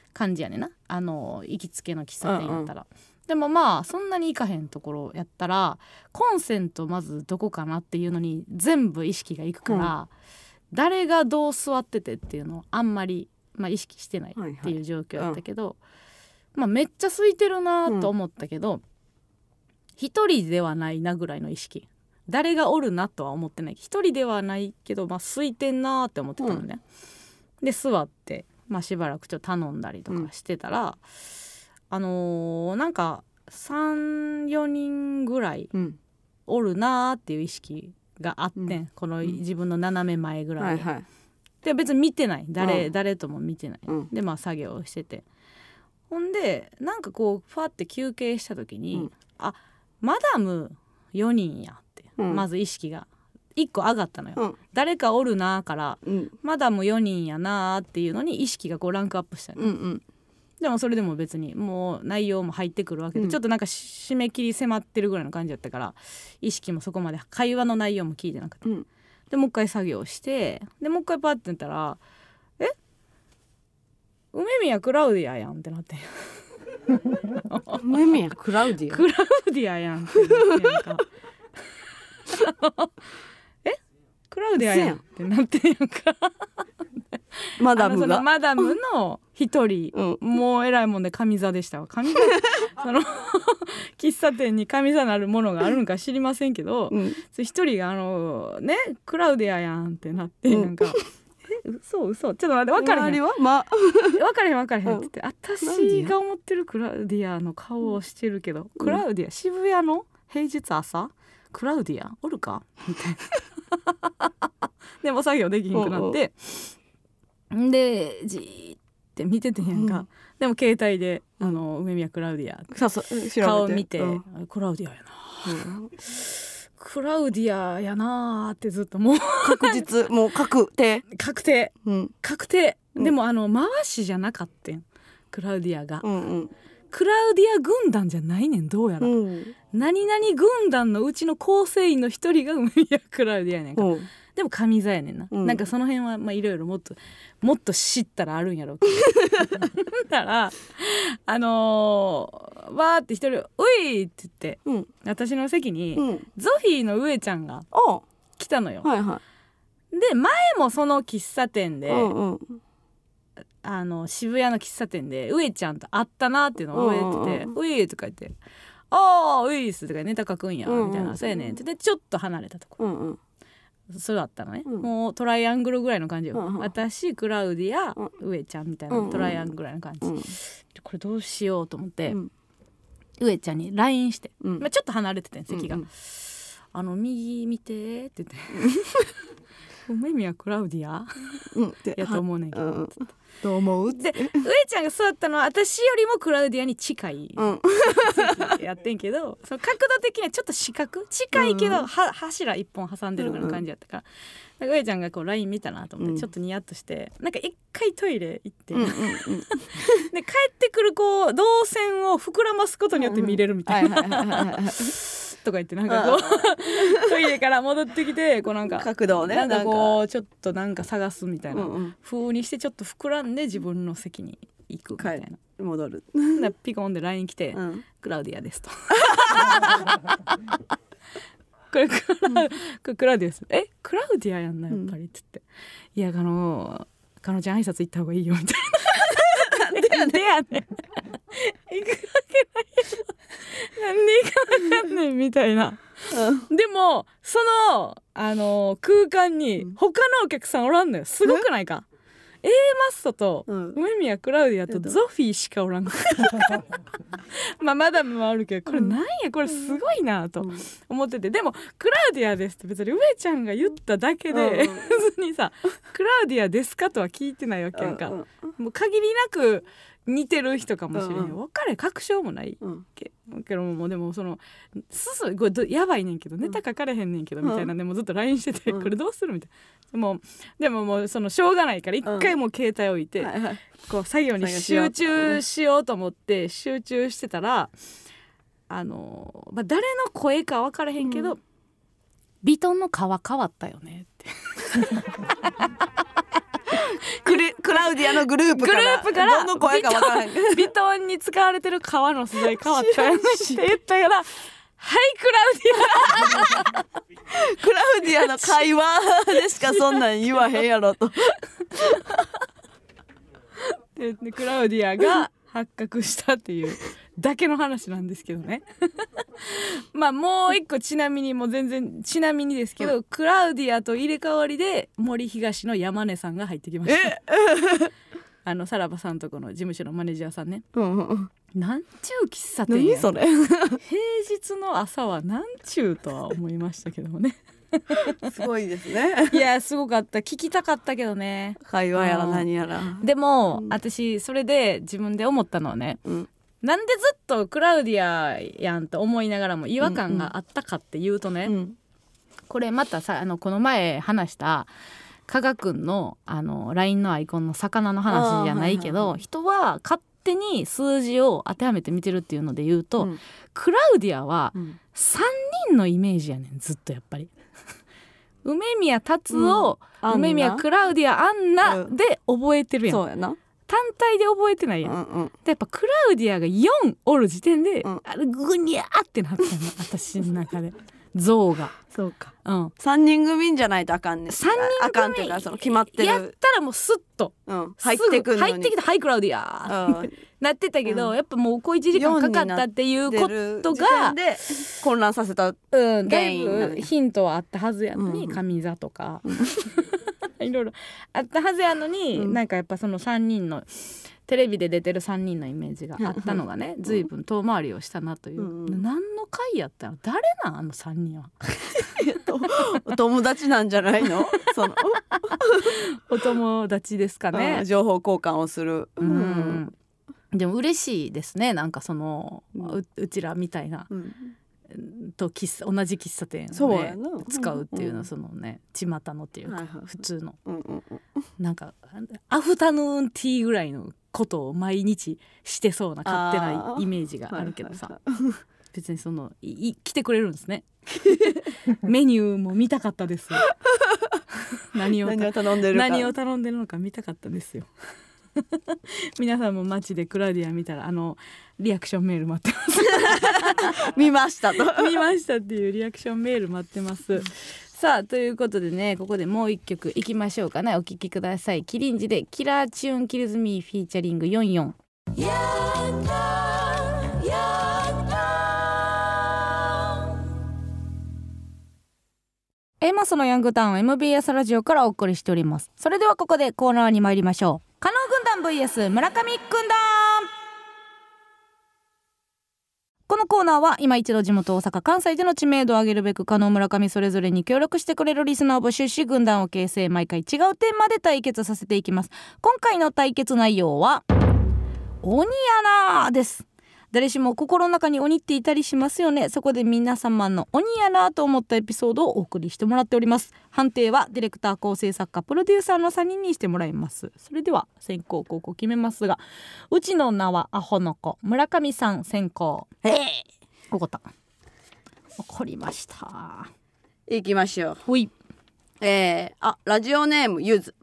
感じやねんな、行きつけの喫茶店やったら、でもまあそんなに行かへんところやったらコンセントまずどこかなっていうのに全部意識がいくから、誰がどう座っててっていうのをあんまり、意識してないっていう状況やったけど、めっちゃ空いてるなと思ったけど、一人ではないなぐらいの意識、誰がおるなとは思ってない、一人ではないけど、空いてんなって思ってたのね、で座って、しばらくちょっと頼んだりとかしてたら、なんか 3,4 人ぐらいおるなっていう意識があってん、この自分の斜め前ぐらいで、で別に見てない、誰とも見てない、で作業をしてて、ほんでなんかこうファって休憩した時に、マダム4人やって、まず意識が1個上がったのよ、誰かおるなから、マダム4人やなっていうのに意識がこうランクアップしたの、でもそれでも別にもう内容も入ってくるわけで、ちょっとなんか締め切り迫ってるぐらいの感じだったから、意識もそこまで会話の内容も聞いてなくて、でもう一回作業して、でもう一回パッて見たら梅宮クラウディアやんってなって梅宮クラウディアやんってなってやんかクラウディアやんってなってやんかマダムがそのマダムの一人、もうえらいもんで上座でしたわ。上座その喫茶店に上座なるものがあるのか知りませんけど、一人がクラウディアやんってなって、なんか嘘ちょっと待って、分からへん分からへんって言って、私が思ってるクラウディアの顔をしてるけど、クラウディア渋谷の平日朝クラウディアおるかみたいなでも作業できんくなって、でじーって見ててんやんか、でも携帯で梅宮クラウディア顔見て、クラウディアやな、クラウディアやなってずっともう確実もう確定、 でも回しじゃなかったんクラウディアが、クラウディア軍団じゃないねん、どうやら、何々軍団のうちの構成員の一人が梅宮クラウディアやねんか、でも上座やねんな、なんかその辺はいろいろもっと知ったらあるんやろうけどだからわーって一人「おい!」って言って、私の席に、ゾフィーの上ちゃんが来たのよ、で前もその喫茶店で、渋谷の喫茶店で上ちゃんと会ったなっていうのを覚えてて「うい!」とか言って「ああういっす」とかネタ書くんやみたいな「そうやねん」ってでちょっと離れたとこ、そうだったのね、もうトライアングルぐらいの感じよ、私クラウディア、上ちゃんみたいなトライアングルぐらいの感じ、これどうしようと思って、上ちゃんに LINE して、ちょっと離れててん席が、右見てって言って梅宮クラウディア、やと思うねんけど、 どう思うで上ちゃんが座ったのは私よりもクラウディアに近い席やってんけど、その角度的にはちょっと四角近いけど、柱一本挟んでるぐらいの感じやったから、上ちゃんがこう LINE 見たなと思って、ちょっとニヤッとしてなんか一回トイレ行って、で帰ってくるこう動線を膨らますことによって見れるみたいなとか言って、なんかこうトイレから戻ってきてこうなんか角度をね、 なんかこうちょっとなんか探すみたいな風にして、ちょっと膨らんで自分の席に行くみたいな、 戻るピコンで LINE 来て、クラウディアですとこれクラウディアです、クラウディアやんなやっぱりって言って、いやかのちゃん挨拶行った方がいいよみたいななんでやねん行くわけないよなんで行かなかんねんみたいな、でもその、空間に他のお客さんおらんのよ、すごくないか、A マッソと梅宮クラウディアとゾフィーしかおらんマダムもあるけど、これなんやこれすごいなと思ってて、でもクラウディアですって別に上ちゃんが言っただけで、別にさクラウディアですかとは聞いてないわけやんか、もう限りなく似てる人かもしれん、分かれ確証もないけども、でもそのこれやばいねんけど、ネタ書かれへんねんけどみたいな、でもずっと LINE してて、これどうするみたいな、でももうそのしょうがないから一回もう携帯置いて、こう作業に集中しようと思って集中してたら、誰の声か分からへんけど、ヴィトンの革変わったよねってクラウディアのグループからどの声か分からへんビトンに使われてる革の素材変わったよって言ったからはいクラウディアクラウディアの会話でしかそんなん言わへんやろとでクラウディアが発覚したっていうだけの話なんですけどねまあもう一個ちなみにもう全然ちなみにですけど、クラウディアと入れ替わりで森東の山根さんが入ってきましたさらばさんとこの事務所のマネージャーさんね、なんちゅう喫茶店や何それ平日の朝はなんちゅうとは思いましたけどもねすごいですねいやすごかった、聞きたかったけどね、 会話やら何やら。 でも、私それで自分で思ったのはね、なんでずっとクラウディアやんと思いながらも違和感があったかっていうとね、これまたさこの前話した加賀くんのLINE のアイコンの魚の話じゃないけど、人は勝手に数字を当てはめて見てるっていうので言うと、クラウディアは3人のイメージやねんずっとやっぱり梅宮達夫、梅宮クラウディアアンナで覚えてるやん、 そうやな、 単体で覚えてないやん、でやっぱクラウディアが4おる時点で、グニャーってなったの私の中で像がそうか、 3 人組じゃないとあかんねん。 3人組あかんっていうかその決まってるやったらもうスッと、 入ってくるのに入ってきたはいクラウディア、なってたけど、やっぱもう小1時間かかったっていうことがで混乱させただいぶヒントはあったはずやのに、上座とかいろいろあったはずやのに、なんかやっぱその3人のテレビで出てる3人のイメージがあったのがね、随分遠回りをしたなという、何の回やったの、誰なん3人はお友達なんじゃないのそのお友達ですかね、 情報交換をする、 でも嬉しいですね、なんかその、うちらみたいな、と同じ喫茶店を使うっていうのはそのね巷のっていうか普通のなんかアフタヌーンティーぐらいのことを毎日してそうな勝手なイメージがあるけどさ、別にその来てくれるんですねメニューも見たかったです何を頼んでるのか見たかったですよ皆さんも街でクラウディア見たらリアクションメール待ってます見ましたっていうリアクションメール待ってます。さあということでね、ここでもう一曲いきましょうかね。お聴きください。キリンジでキラーチューンキルズミーフィーチャリング44。エマスのヤングタウン MBS ラジオからお送りしております。それではここでコーナーに参りましょう。加納軍団 vs 村上軍団。このコーナーは今一度地元大阪関西での知名度を上げるべく加納村上それぞれに協力してくれるリスナーを募集し、軍団を形成、毎回違うテーマで対決させていきます。今回の対決内容は鬼やなです。誰しも心の中に鬼っていたりしますよね。そこで皆様の鬼やなと思ったエピソードをお送りしてもらっております。判定はディレクター、構成作家、プロデューサーの3人にしてもらいます。それでは先行後攻決めますが、うちの名はアホの子、村上さん先行。怒った怒りました。 いきましょう。 ほい。 ラジオネームゆず。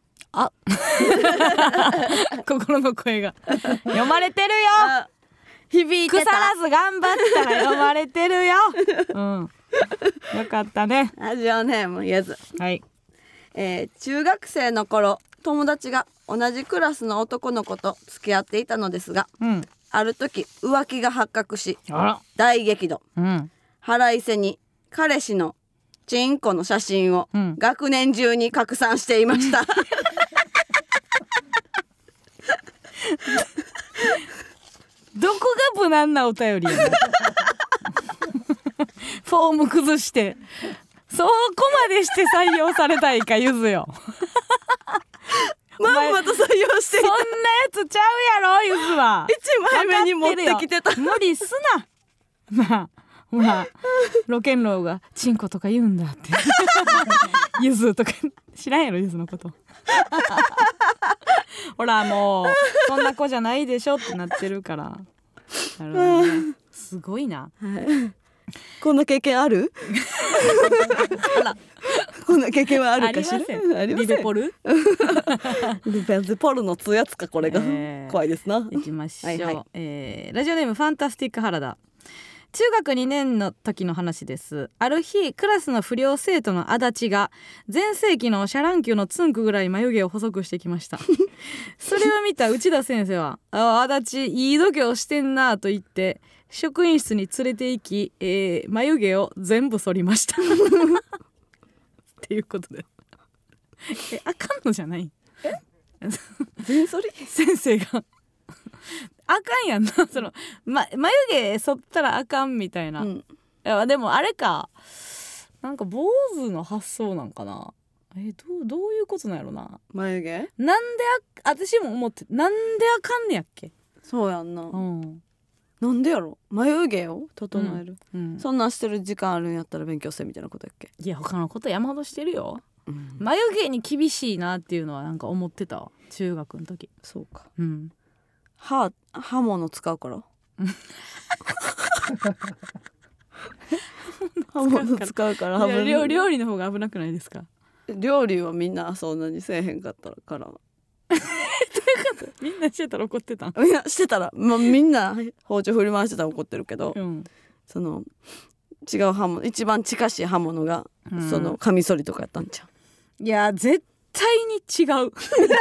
心の声が読まれてるよ。 響いてた。 腐らず頑張ったら読まれてるよよかったね。 ラジオネームゆず。 はい。 中学生の頃、友達が同じクラスの男の子と付き合っていたのですが、ある時浮気が発覚し、大激怒。腹いせに彼氏のチンコの写真を学年中に拡散していました、 どこが無難なお便りやねフォーム崩してそこまでして採用されたいか、ゆずよまんまと採用していた。 そんなやつちゃうやろ、ゆずは。 1枚目に持ってきてた。 無理すなほらロケンローがチンコとか言うんだってゆずとか知らんやろ、ゆずのことほらもうそんな子じゃないでしょってなってるからなるほど、ね、すごいな、 こんな経験あるこんな経験はあるかしら。 ありません。リベポルリベポルのつやつかこれが、怖いですな。 いきましょう、 はいはい。 ラジオネームファンタスティック原田。中学2年の時の話です。ある日クラスの不良生徒の足立が全盛期のシャランキューのツンクぐらい眉毛を細くしてきましたそれを見た内田先生は足立いい度胸してんなと言って職員室に連れて行き、眉毛を全部剃りましたっていうことであかんのじゃない全剃り先生があかんやんなその、眉毛剃ったらあかんみたいな、いやでもあれかなんか坊主の発想なんかな。どういうことなんやろな。 眉毛なんで私も思ってなんであかんねやっけ。 そうやんな、なんでやろ。眉毛を整える、そんなんしてる時間あるんやったら勉強せみたいなことやっけ。 いや他のこと山ほどしてるよ、眉毛に厳しいなっていうのはなんか思ってたわ中学の時。 そうか。刃物使うから刃物使うから危ない。 料理の方が危なくないですか。 料理はみんなそんなにせえへんかったからみんなしてたら怒ってたん。 みんなしてたら、みんな包丁振り回してたら怒ってるけど、その違う刃物一番近しい刃物が、そのカミソリとかやったんちゃう。 いや絶対に違う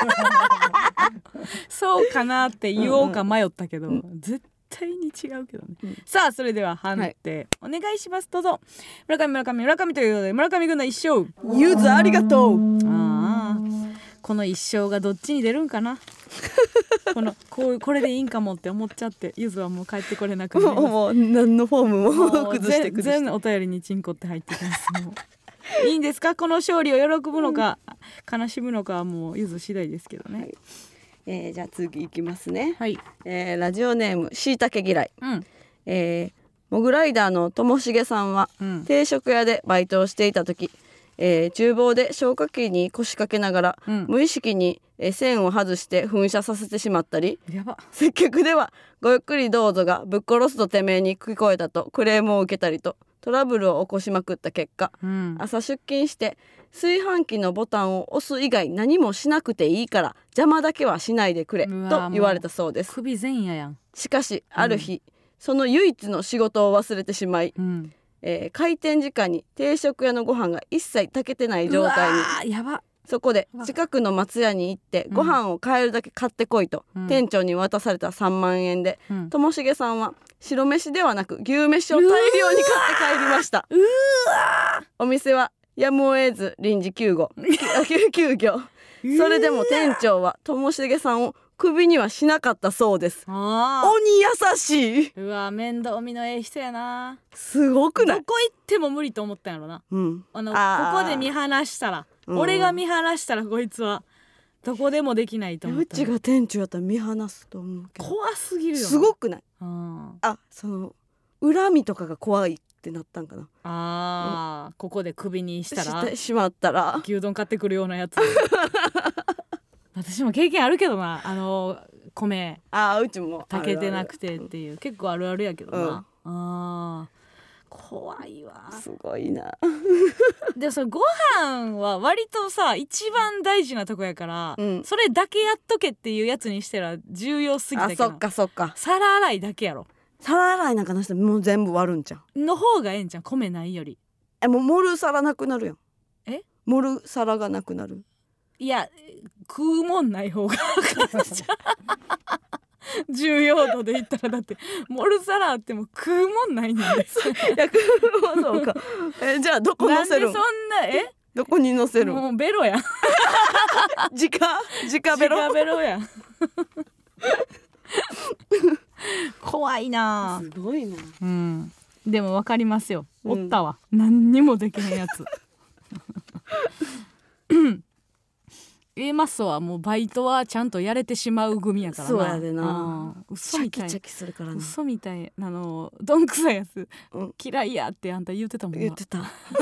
そうかなって言おうか迷ったけど、絶対に違うけどね、さあそれでは判定、お願いします。どうぞ。村上ということで村上軍の一勝。 ゆずありがとう。 この一勝がどっちに出るんかなこれでいいんかもって思っちゃってゆずはもう帰ってこれなくなります。 もう何のフォームも崩して全お便りにチンコって入ってきますもういいんですか。この勝利を喜ぶのか、悲しむのかはもうゆず次第ですけどね、 じゃあ次いきますね。 はい。 ラジオネームしいたけ嫌い、モグライダーのともしげさんは、定食屋でバイトをしていた時、厨房で消火器に腰掛けながら、無意識に線を外して噴射させてしまったり、接客ではごゆっくりどうぞがぶっ殺すとてめえに聞こえたとクレームを受けたりとトラブルを起こしまくった結果、朝出勤して炊飯器のボタンを押す以外何もしなくていいから邪魔だけはしないでくれと言われたそうです。 首前夜やん。 しかしある日、その唯一の仕事を忘れてしまい、開店時間に定食屋のご飯が一切炊けてない状態に。 やば。 そこで近くの松屋に行ってご飯を買えるだけ買ってこいと、店長に渡された3万円で、ともしげさんは白飯ではなく牛飯を大量に買って帰りました。お店はやむを得ず臨時休業それでも店長はともしげさんをクビにはしなかったそうです。鬼優しい。 うわ面倒見のええ人やな。 すごくない。 どこ行っても無理と思ったんやろな、ここで見放したら、俺が見放したらこいつはどこでもできないと思った。 うちが店長やったら見放すと思うけど怖すぎるよな。 すごくない。その恨みとかが怖いってなったんかな。ここでクビにしたらしてしまったら牛丼買ってくるようなやつ私も経験あるけどな、米うちも炊けてなくてっていう結構あるあるやけどな、怖いわ。 すごいなでもそれご飯は割とさ一番大事なとこやから、それだけやっとけっていうやつにしたら重要すぎたけど。 そっか皿洗いだけやろ。 皿洗いなんかなしてもう全部割るんじゃんの方がええんじゃん、米ないより。 もう盛る皿なくなるやん。盛る皿がなくなる。 いや食うもんない方が重要度で言ったらだって盛る皿あっても食うもんないんですそうかじゃあどこ乗せるん。 なんでそんなどこに乗せるん。 もうベロやん直ベロやん怖いな。 すごいな。 でも分かりますよ、おったわ何にもできへんやつA マッソはもうバイトはちゃんとやれてしまう組やからな。 そうやでな。 嘘みたいチャキするからな。 嘘みたいなのどんくさいやつ、嫌いやってあんた言ってたもんな。 言ってた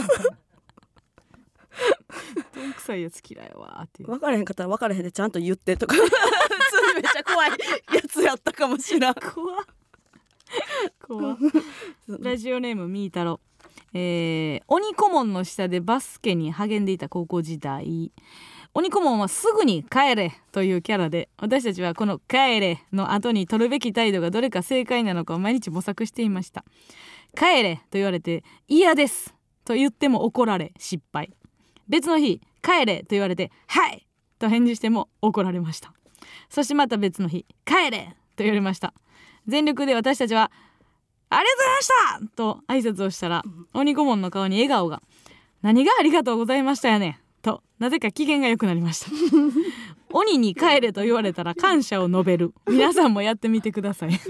どんくさいやつ嫌いわって分からへんかったら分からへんでちゃんと言ってとかめっちゃ怖いやつやったかもしらん。 怖ラジオネームみーたろ。 鬼顧問の下でバスケに励んでいた高校時代、鬼顧問はすぐに帰れというキャラで、私たちはこの帰れの後に取るべき態度がどれか正解なのかを毎日模索していました。帰れと言われて嫌ですと言っても怒られ失敗。別の日帰れと言われてはいと返事しても怒られました。そしてまた別の日帰れと言われました。全力で私たちはありがとうございましたと挨拶をしたら、鬼顧問の顔に笑顔が。何がありがとうございましたやねんと、なぜか機嫌が良くなりました鬼に帰れと言われたら感謝を述べる。皆さんもやってみてくださいあ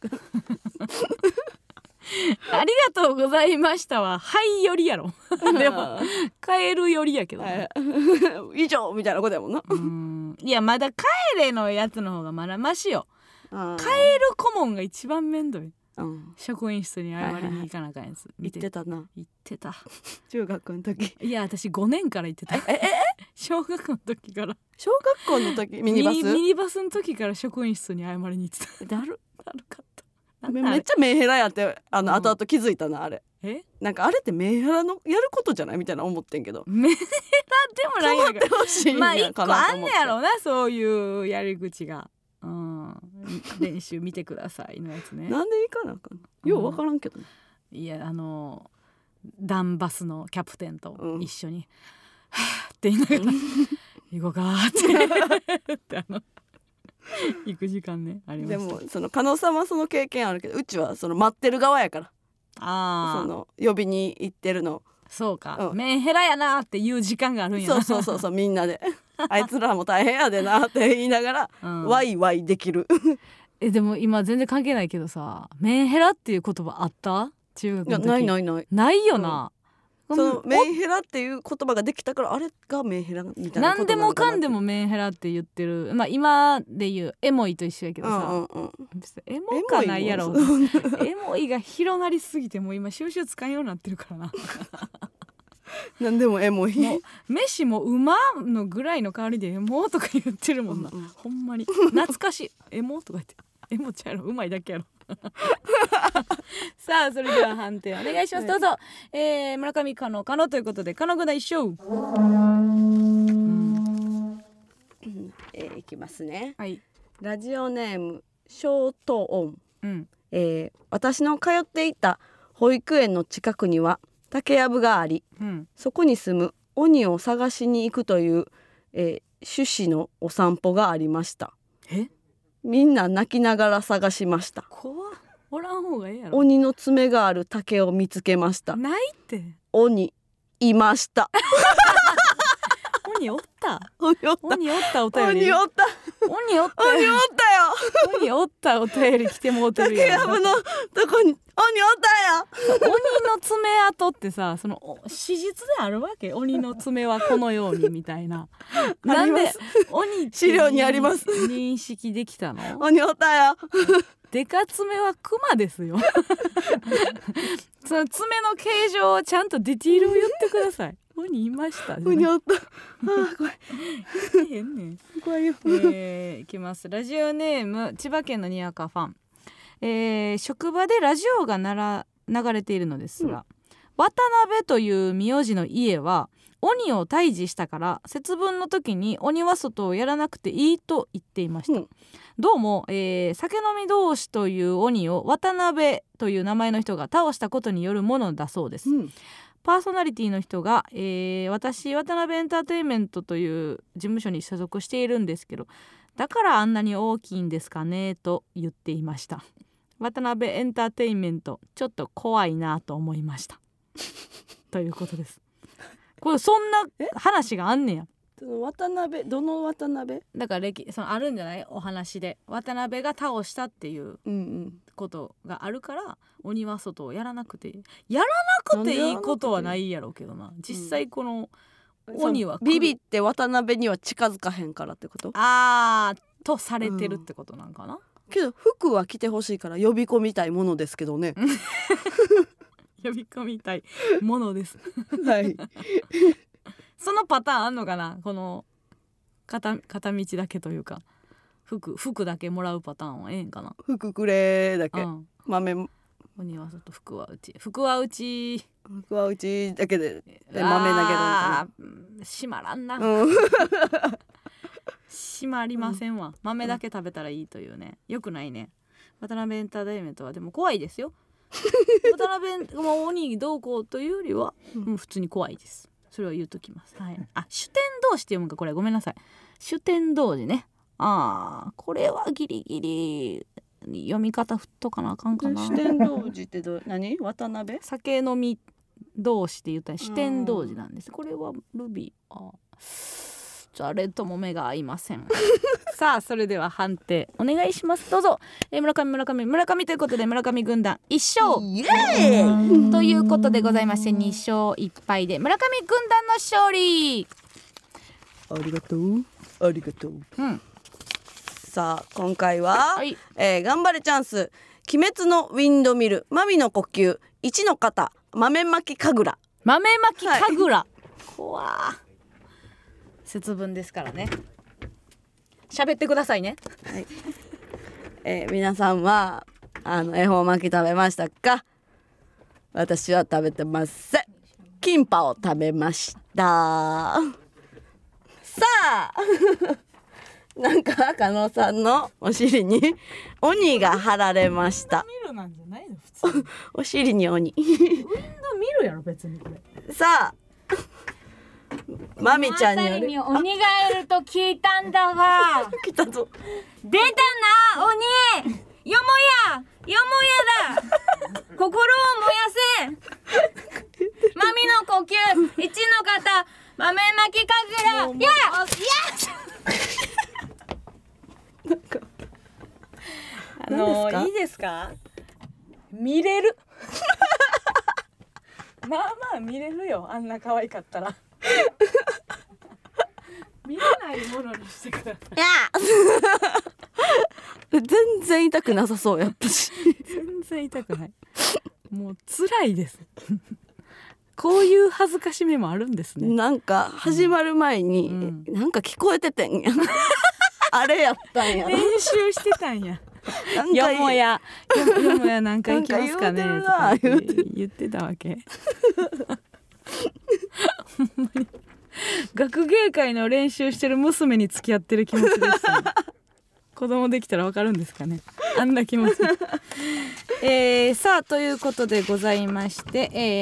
りがとうございましたははいよりやろでも帰るよりやけど、 以上みたいなことやもんな。 いやまだ帰れのやつの方がまだマシよ。帰る顧問が一番めんどい。職員室に謝りに行かなあかんやつ、 言ってたな。 言ってた。 中学の時。 いや私5年から行ってた。小学校の時から。 小学校の時ミニバスの時から職員室に謝りに行ってた。だるかった。 めっちゃメンヘラやって後々気づいたなあれ。なんかあれってメンヘラのやることじゃないみたいな思ってんけど。 メンヘラでもないやんか。 変わってほしいんやかなと思って。 まあ一個あんねやろうなそういうやり口が。練習見てくださいのやつね。 なんでいいかなあかんの。よう分からんけど、ねいやダンバスのキャプテンと一緒に、はぁって言いながら行こうかって行く時間ねありました。 でもその加納さんはその経験あるけど、うちはその待ってる側やから。その呼びに行ってるの。 そうか、メンヘラやなっていう時間があるんやな。 そうみんなであいつらも大変やでなって言いながら、ワイワイできるでも今全然関係ないけどさ、メンヘラっていう言葉あった？中学の時。ないよな、 そのメンヘラっていう言葉ができたからあれがメンヘラみたいなことなのかなって。 何でもかんでもメンヘラって言ってる。まあ今で言うエモいと一緒やけどさ、エモかないやろエモいが広がりすぎてもう今収集つかんようになってるからな何でもエモい。 もう飯もうまのぐらいの代わりでエモとか言ってるもんな、ほんまに懐かしいエモとか言って、エモちゃうやろ、うまいだけやろさあそれでは判定お願いします、どうぞ。村上加納ということで加納軍団一勝。 いきますね、 はい、 ラジオネームショートオン、私の通っていた保育園の近くには竹やぶがあり、そこに住む鬼を探しに行くという、趣旨のお散歩がありました。みんな泣きながら探しました。 怖っ、おらん方がいいやろ。 鬼の爪がある竹を見つけました。 ないって鬼いました鬼おったお便り鬼おったお便り来てもうてるやん。 竹やぶのとこに鬼おったよ。 鬼の爪痕ってさ、その史実であるわけ？鬼の爪はこのようにみたいななんで鬼資料にあります。 認識できたの？ 鬼おったよ。 デカ爪はクマですよその爪の形状をちゃんとディティールを言ってください。鬼いましたね。 鬼おった怖いへんねん怖いよ。 いきます。ラジオネーム千葉県のにわかファン、職場でラジオが流れているのですが、渡辺という名字の家は鬼を退治したから節分の時に鬼は外をやらなくていいと言っていました、どうも、酒飲み同士という鬼を渡辺という名前の人が倒したことによるものだそうです、パーソナリティの人が、私渡辺エンターテインメントという事務所に所属しているんですけど、だからあんなに大きいんですかねと言っていました。渡辺エンターテインメントちょっと怖いなと思いましたということです。これそんな話があんねや。 渡辺、どの渡辺だからそのあるんじゃない？お話で渡辺が倒したっていうことがあるから、鬼は外をやらなくていいことはないやろうけどな。実際この鬼はビビって渡辺には近づかへんからってこと？ とされてるってことなんかな、 けど服は着てほしいから呼び込みたいものですけどね呼び込みたいものですはいそのパターンあんのかな、この片道だけというか服だけもらうパターンはええんかな。 服くれだけ、豆鬼は外福は内。福は内。 福は内だけで豆だけど閉まらんな、 うん、 閉まりませんわ。豆だけ食べたらいいというね。よくないね。渡辺エンターテインメントはでも怖いですよ。渡辺も鬼どうこうというよりは、もう普通に怖いです。それは言うときます。はい。あ、主典同士って読むかこれ。ごめんなさい。主典同士ね。これはギリギリ読み方振っとかなあかんかな。 主典同士って何？渡辺？ 酒飲み同士って言ったら主典同士なんです。これはルビー。誰とも目が合いません。さあそれでは判定お願いします。どうぞ。村上ということで村上軍団1勝ということでございまして2勝1敗で村上軍団の勝利。 ありがとう。さあ今回は、 はい、 頑張れチャンス鬼滅のウィンドミルマミの呼吸1の方豆まき神楽怖節分ですからね。喋ってくださいね。はい。皆さんは恵方巻き食べましたか？私は食べてません。キンパを食べました。さあなんか加納さんのお尻に鬼が貼られました。 ウィンドミルなんじゃないの普通にお尻に鬼。 ウィンドミルやろ別にこれ。 さあマミちゃんによるに鬼がいると聞いたんだが来たぞ。 出たな鬼よもやだ心を燃やせマミの呼吸1の方豆まき神楽いやいいですか？見れるまあ見れるよ。あんな可愛かったら見れないものにしてください。 いや全然痛くなさそうやったし全然痛くない。もう辛いですこういう恥ずかしめもあるんですね。 なんか始まる前に、なんか聞こえててんやあれやったんや練習してたんや。よもや何回行きますかねとか言ってたわけほんまに学芸会の練習してる娘に付き合ってる気持ちでしたね。子供できたらわかるんですかね、あんな気持ち。さあということでございまして、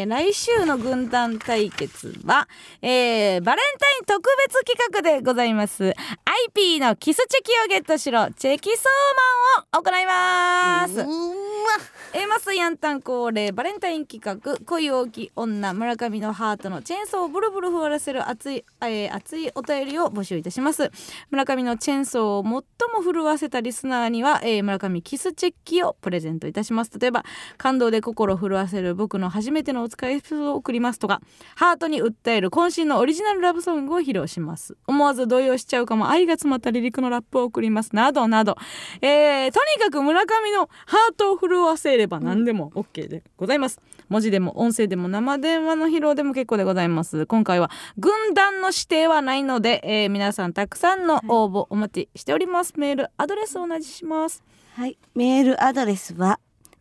来週の軍団対決は、バレンタイン特別企画でございます。 IP のキスチェキをゲットしろチェキソーマンを行います。マスヤンタン恒例バレンタイン企画恋大きい女村上のハートのチェーンソーをブルブル震わせる熱いお便りを募集いたします。村上のチェーンソーを最も震わせたリスナーには、村上キスチェキをプレゼントいたします。例えば感動で心を震わせる僕の初めてのお疲れエピソードを送りますとか、ハートに訴える渾身のオリジナルラブソングを披露します。思わず動揺しちゃうかも愛が詰まったリリックのラップを送りますなどなど、とにかく村上のハートを震わせれば何でも OK でございます。文字でも音声でも生電話の披露でも結構でございます。今回は軍団の指定はないので、皆さんたくさんの応募お待ちしております。メールアドレスお同じします。 はい、メールアドレスは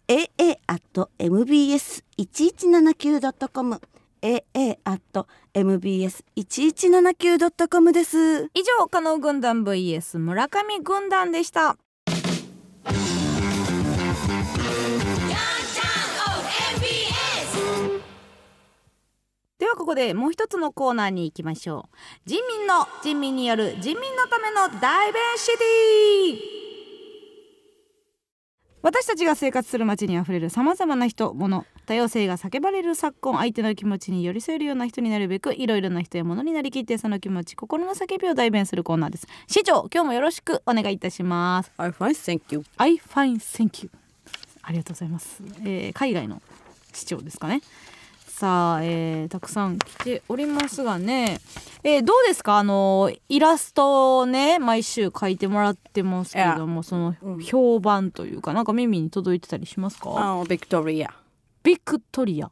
aa@mbs1179.com aa@mbs1179.com です。 以上加納軍団 vs 村上軍団でした。ではここでもう一つのコーナーに行きましょう。人民による人民のためのダイベンシティ。私たちが生活する街にあふれるさまざまな人物、多様性が叫ばれる昨今、相手の気持ちに寄り添えるような人になるべくいろいろな人や物になりきってその気持ち心の叫びを代弁するコーナーです。市長今日もよろしくお願いいたします。 I find thank you I find thank you ありがとうございます。海外の市長ですかね。さあ、たくさん来ておりますがね、どうですか？イラストをね毎週描いてもらってますけれども、その評判というかなんか耳に届いてたりしますか？ ビクトリアビクトリー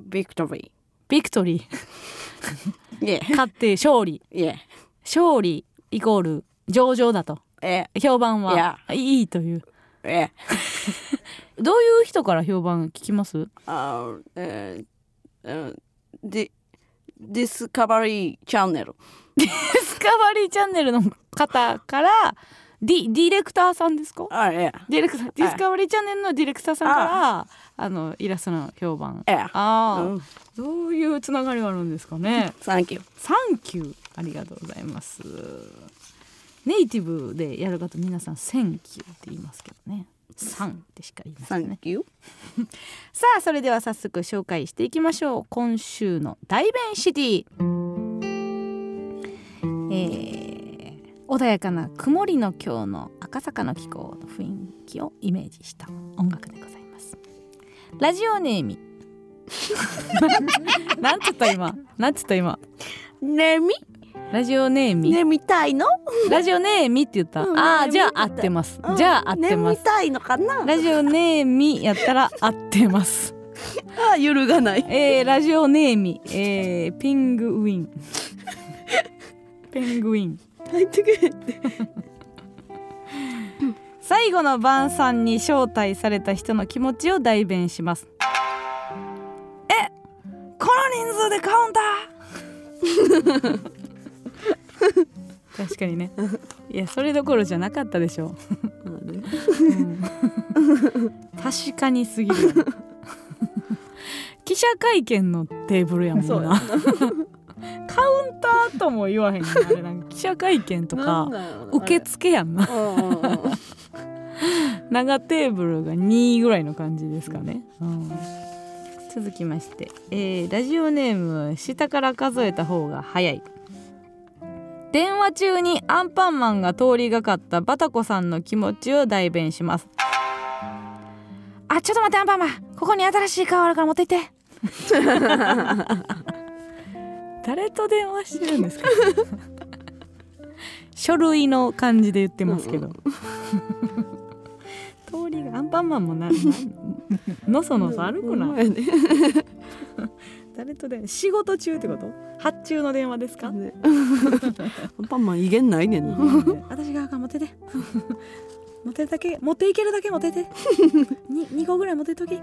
勝って勝利、勝利イコール上々だと、評判はいいというどどういう人から評判聞きます？ ディスカバリーチャンネルディスカバリーチャンネルの方からディレクターさんですか？ディレクター、ディスカバリーチャンネルのディレクターさんからイラストの評判。どういうつながりがあるんですかね。 サンキュー、 ありがとうございます。ネイティブでやる方皆さんセンキューって言いますけどね、サンってしか言いませんね。 サンキューさあそれでは早速紹介していきましょう。今週の代弁シティ、穏やかな曇りの今日の赤坂の気候の雰囲気をイメージした音楽でございます。ラジオネーミなんつった今ねみラジオネーミねみたいのラジオネーミって言った、じゃあ合ってます、じゃあ合ってます。 ねみたいのかな。 ラジオネーミやったら合ってます揺るがない。 ラジオネーミ、ピングウィン入ってくれって最後の晩餐に招待された人の気持ちを代弁します。この人数でカウンター確かにね。いやそれどころじゃなかったでしょ確かにすぎる記者会見のテーブルやもんなカウンターとも言わへんね。あれなんか記者会見とか受付やんな長テーブルが2ぐらいの感じですかね、続きまして、ラジオネーム下から数えた方が早い。電話中にアンパンマンが通りがかったバタコさんの気持ちを代弁します。ちょっと待ってアンパンマン、ここに新しい顔あるから持っていって誰と電話してるんですか書類の感じで言ってますけど、通りがアンパンマンものそのそ歩くな誰と仕事中ってこと？発注の電話ですか？ね、 アンパンマン威厳ないねんな私が持ってて持っていけるだけ持ってて2個ぐらい持ってとき。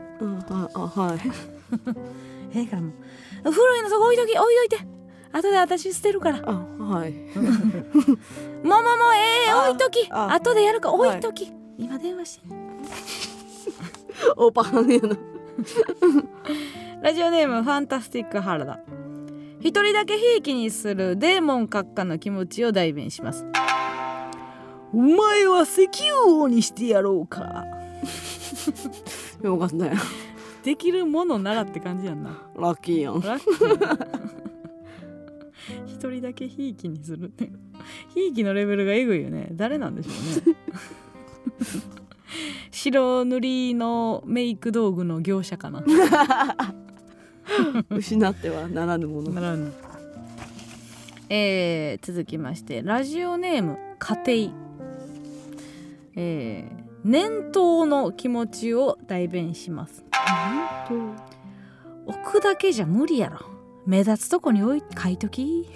はいからもう古いのそこ置いといて後で私捨てるから。もう置いとき後でやるか置いとき、今電話してオーパーやなラジオネームファンタスティック原田。一人だけひいきにするデーモン閣下の気持ちを代弁します。お前は石油王にしてやろうかよかったよ。 できるものならって感じやんな。 ラッキーやん。 一人だけひいきにするってひいきのレベルがえぐいよね。誰なんでしょうね白塗りのメイク道具の業者かな失ってはならぬもの。 続きましてラジオネーム家庭、念頭の気持ちを代弁します。置くだけじゃ無理やろ、目立つとこに書いとき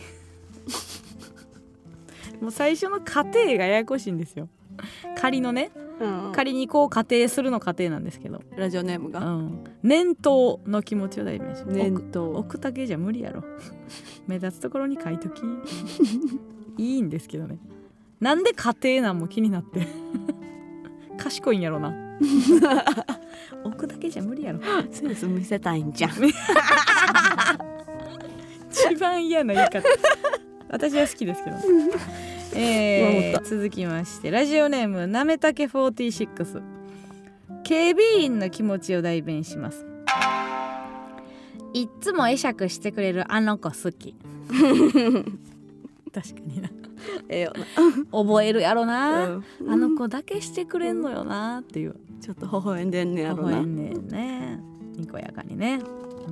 もう最初の家庭がややこしいんですよ。仮のね、仮にこう仮定するの仮定なんですけど、 ラジオネームが、 念頭の気持ちを代弁します。 念頭置くだけじゃ無理やろ目立つところに書いときいいんですけどね。なんで家庭なんも気になって賢いんやろな置くだけじゃ無理やろ。 センス見せたいんじゃん一番嫌な言い方私は好きですけど続きましてラジオネームなめたけ46。警備員の気持ちを代弁します。いっつも会釈してくれるあの子好き確かにな覚えるやろな、あの子だけしてくれんのよなっていう、 ちょっと微笑んでんねやろな。 微笑んでんね、にこやかにね。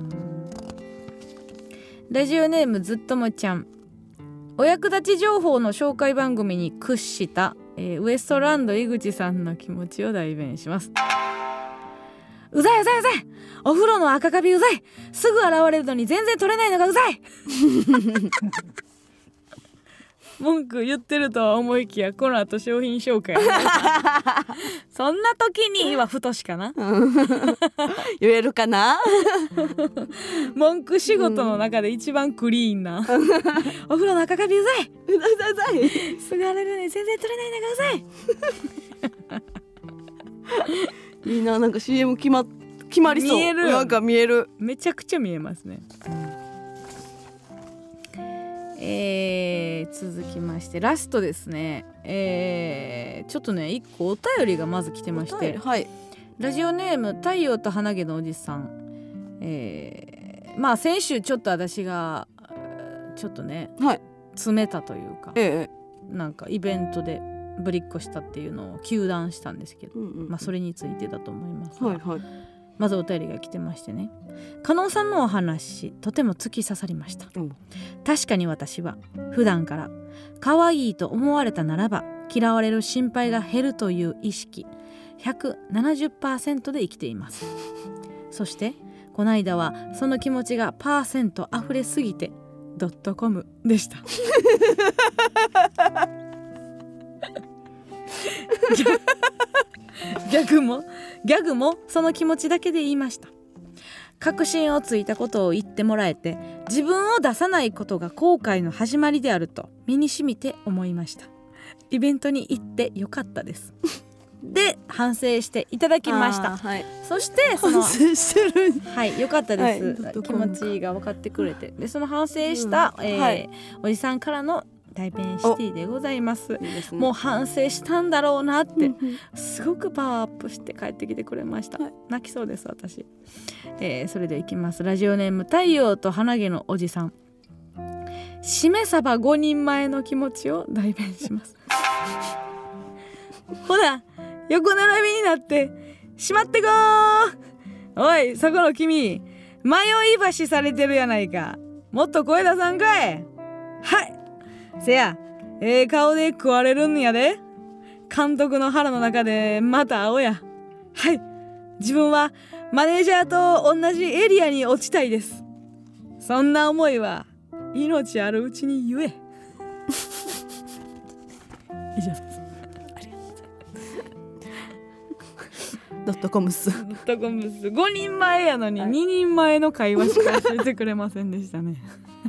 ラジオネームずっともちゃん。お役立ち情報の紹介番組に屈した、ウエストランド井口さんの気持ちを代弁します。うざいお風呂の赤カビうざい、すぐ現れるのに全然取れないのがうざい文句言ってるとは思いきやこの後商品紹介そんな時にはふとしかな言えるかな文句仕事の中で一番クリーンなお風呂の赤カビうざいすがれるね全然取れないでくださいいいな、なんか CM 決まりそう。 見えるなんか見える。 めちゃくちゃ見えますね、続きましてラストですね、ちょっとね一個お便りがまず来てまして、 はい、 ラジオネーム太陽と花毛のおじさん、まあ先週ちょっと私がちょっとね、はい、詰めたというか、なんかイベントでぶりっこしたっていうのを糾弾したんですけど、まあそれについてだと思いますが、まずお便りが来てましてね、加納さんのお話とても突き刺さりました、確かに私は普段から可愛いと思われたならば嫌われる心配が減るという意識 170% で生きています。そしてこの間はその気持ちがパーセント溢れすぎて.com でしたギャグもその気持ちだけで言いました。確信をついたことを言ってもらえて自分を出さないことが後悔の始まりであると身に染みて思いました。イベントに行ってよかったですで反省していただきました、そしてその反省してる、 よかったです、気持ちが分かってくれて、でその反省した、おじさんからの代弁シティでございます。もう反省したんだろうなってすごくパワーアップして帰ってきてくれました、泣きそうです私、それでいきます。ラジオネーム太陽と花毛のおじさん、しめ鯖5人前の気持ちを代弁しますほら横並びになってしまってこー、おいそこの君迷い橋されてるやないか、もっと声出さんかい。はいせや顔で食われるんやで、監督の腹の中でまた青や。はい自分はマネージャーと同じエリアに落ちたいです。そんな思いは命あるうちに言え以上です。ありがとうございます.com っす5人前やのに2人前の会話しか教えてくれませんでしたね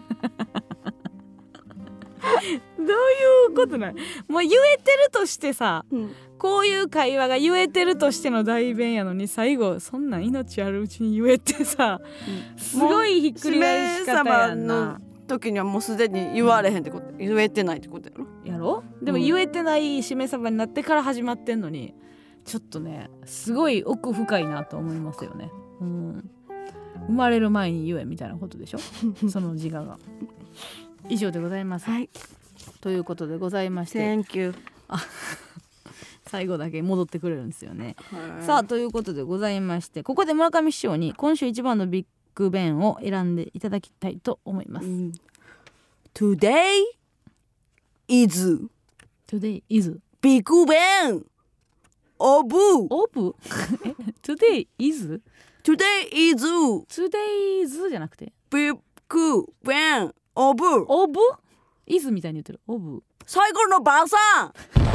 どういうことなん、もう言えてるとしてさ、こういう会話が言えてるとしての代弁やのに最後そんなん命あるうちに言えってさ、すごいひっくり返し方やんな。 時にはもうすでに言われへんってこと、言えてないってことやろ。 でも言えてないしめ鯖になってから始まってんのにちょっとねすごい奥深いなと思いますよね、生まれる前に言えみたいなことでしょその自我が。以上でございます、ということでございまして Thank you 最後だけ戻ってくれるんですよね。さあということでございまして、ここで村上師匠に今週一番のビッグベンを選んでいただきたいと思います、 Today is Big Ben of Today is じゃなくて Big Ben of is みたいに言ってる。 最後の晩餐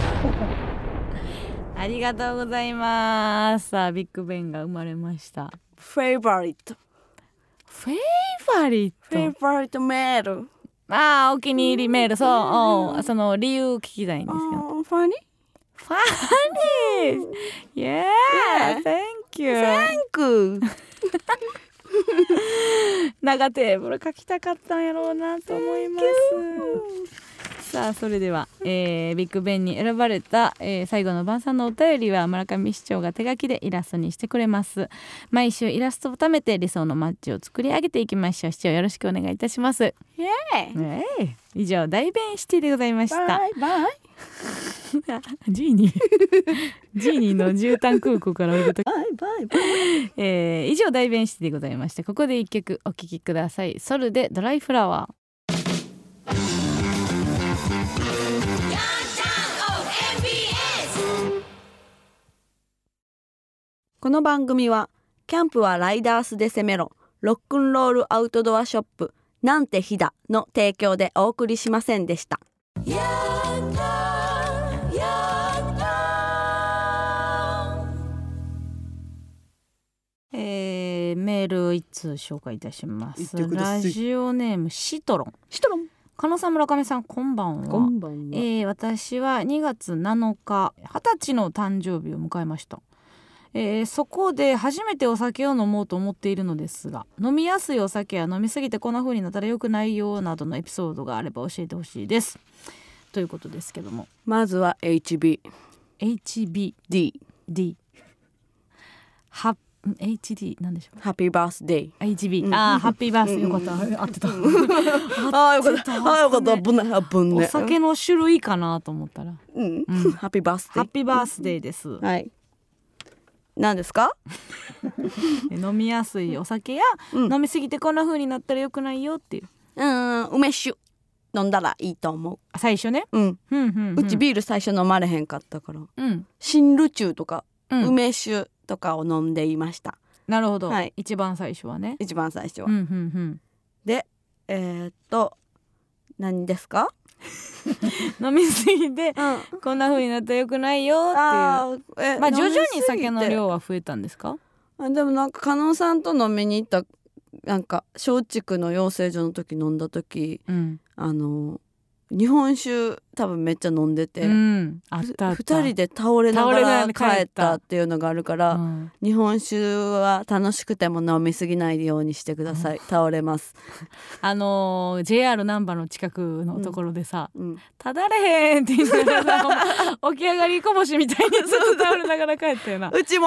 ありがとうございます。さあビッグベンが生まれました。 フェイバリットメール、 お気に入りメール、そう、その理由聞きたいんですけど。 ファニー Yeah Thank you 長テーブル書きたかったんやろうなと思います。さあそれでは、ビッグベンに選ばれた、最後の晩餐のお便りは村上市長が手書きでイラストにしてくれます。毎週イラストを貯めて理想のマッチを作り上げていきましょう。市長よろしくお願いいたします。以上大弁シティでございました。 バイバイジーニーの絨毯空港から降りると以上大弁シティでございまして、ここで一曲お聴きください。ソルでドライフラワー。 この番組はキャンプはライダースで攻めろ、ロックンロールアウトドアショップなんて日だの提供でお送りしませんでした。 メール1通紹介いたします。ラジオネームシトロン。加納さん、村上さん、こんばんは。 こんばんは。 私は2月7日20歳の誕生日を迎えました。そこで初めてお酒を飲もうと思っているのですが、飲みやすいお酒や飲みすぎてこんな風になったら良くないよなどのエピソードがあれば教えてほしいですということですけども、 まずは HBD HD なんでしょう。 ハッピーバースデー HB、ハッピーバースデー、よかった、合ってたよかった危ないお酒の種類かなと思ったら、 ハッピーバースデー、 ハッピーバースデーです。 はい、何ですか？ 飲みやすいお酒や、飲みすぎてこんな風になったら良くないよっていう、 梅酒飲んだらいいと思う。 最初ね、 うちビール最初飲まれへんかったから、新ルチューとか、梅酒とかを飲んでいました。 なるほど、 はい、 一番最初はね。 一番最初は、で何ですか？ 飲みすぎて、こんな風になったら良くないよっていう。徐々に酒の量は増えたんですか？ でもなんか加納さんと飲みに行った、なんか松竹の養成所の時飲んだ時、日本酒多分めっちゃ飲んでて、 あった 2人で倒れながら帰ったっていうのがあるから、日本酒は楽しくても飲みすぎないようにしてください。倒れます。 JR 難波の近くのところでさ、ただれへんって言いながら起き上がりこぼしみたいにずっと倒れながら帰ったよな。 うちも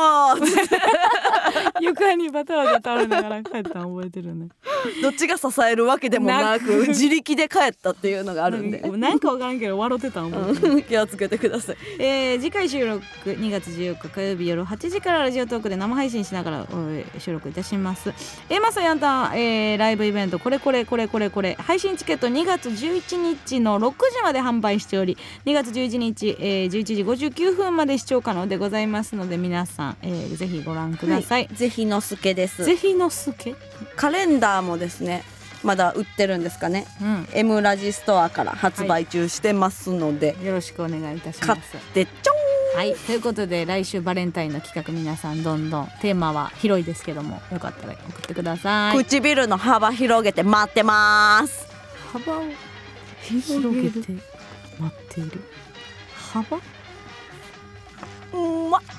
床にバタバタ倒れながら帰ったの覚えてるね。 どっちが支えるわけでもなく自力で帰ったっていうのがあるんで、 なんかわからんけど笑ってたの気をつけてください。 次回収録2月14日火曜日夜8時からラジオトークで生配信しながら収録いたします。マサヤンタン、ライブイベントこれ配信チケット2月11日の6時まで販売しており、2月11日、11時59分まで視聴可能でございますので、皆さん、ぜひご覧ください。 ぜひのすけです。 ぜひのすけカレンダーもですね、まだ売ってるんですかね、M ラジストアから発売中してますので、 よろしくお願いいたします。 買ってちょん。 はい、ということで来週バレンタインの企画、皆さんどんどんテーマは広いですけども、よかったら送ってください。 唇の幅広げて待ってます。 幅を広げて待っている。幅うまっ。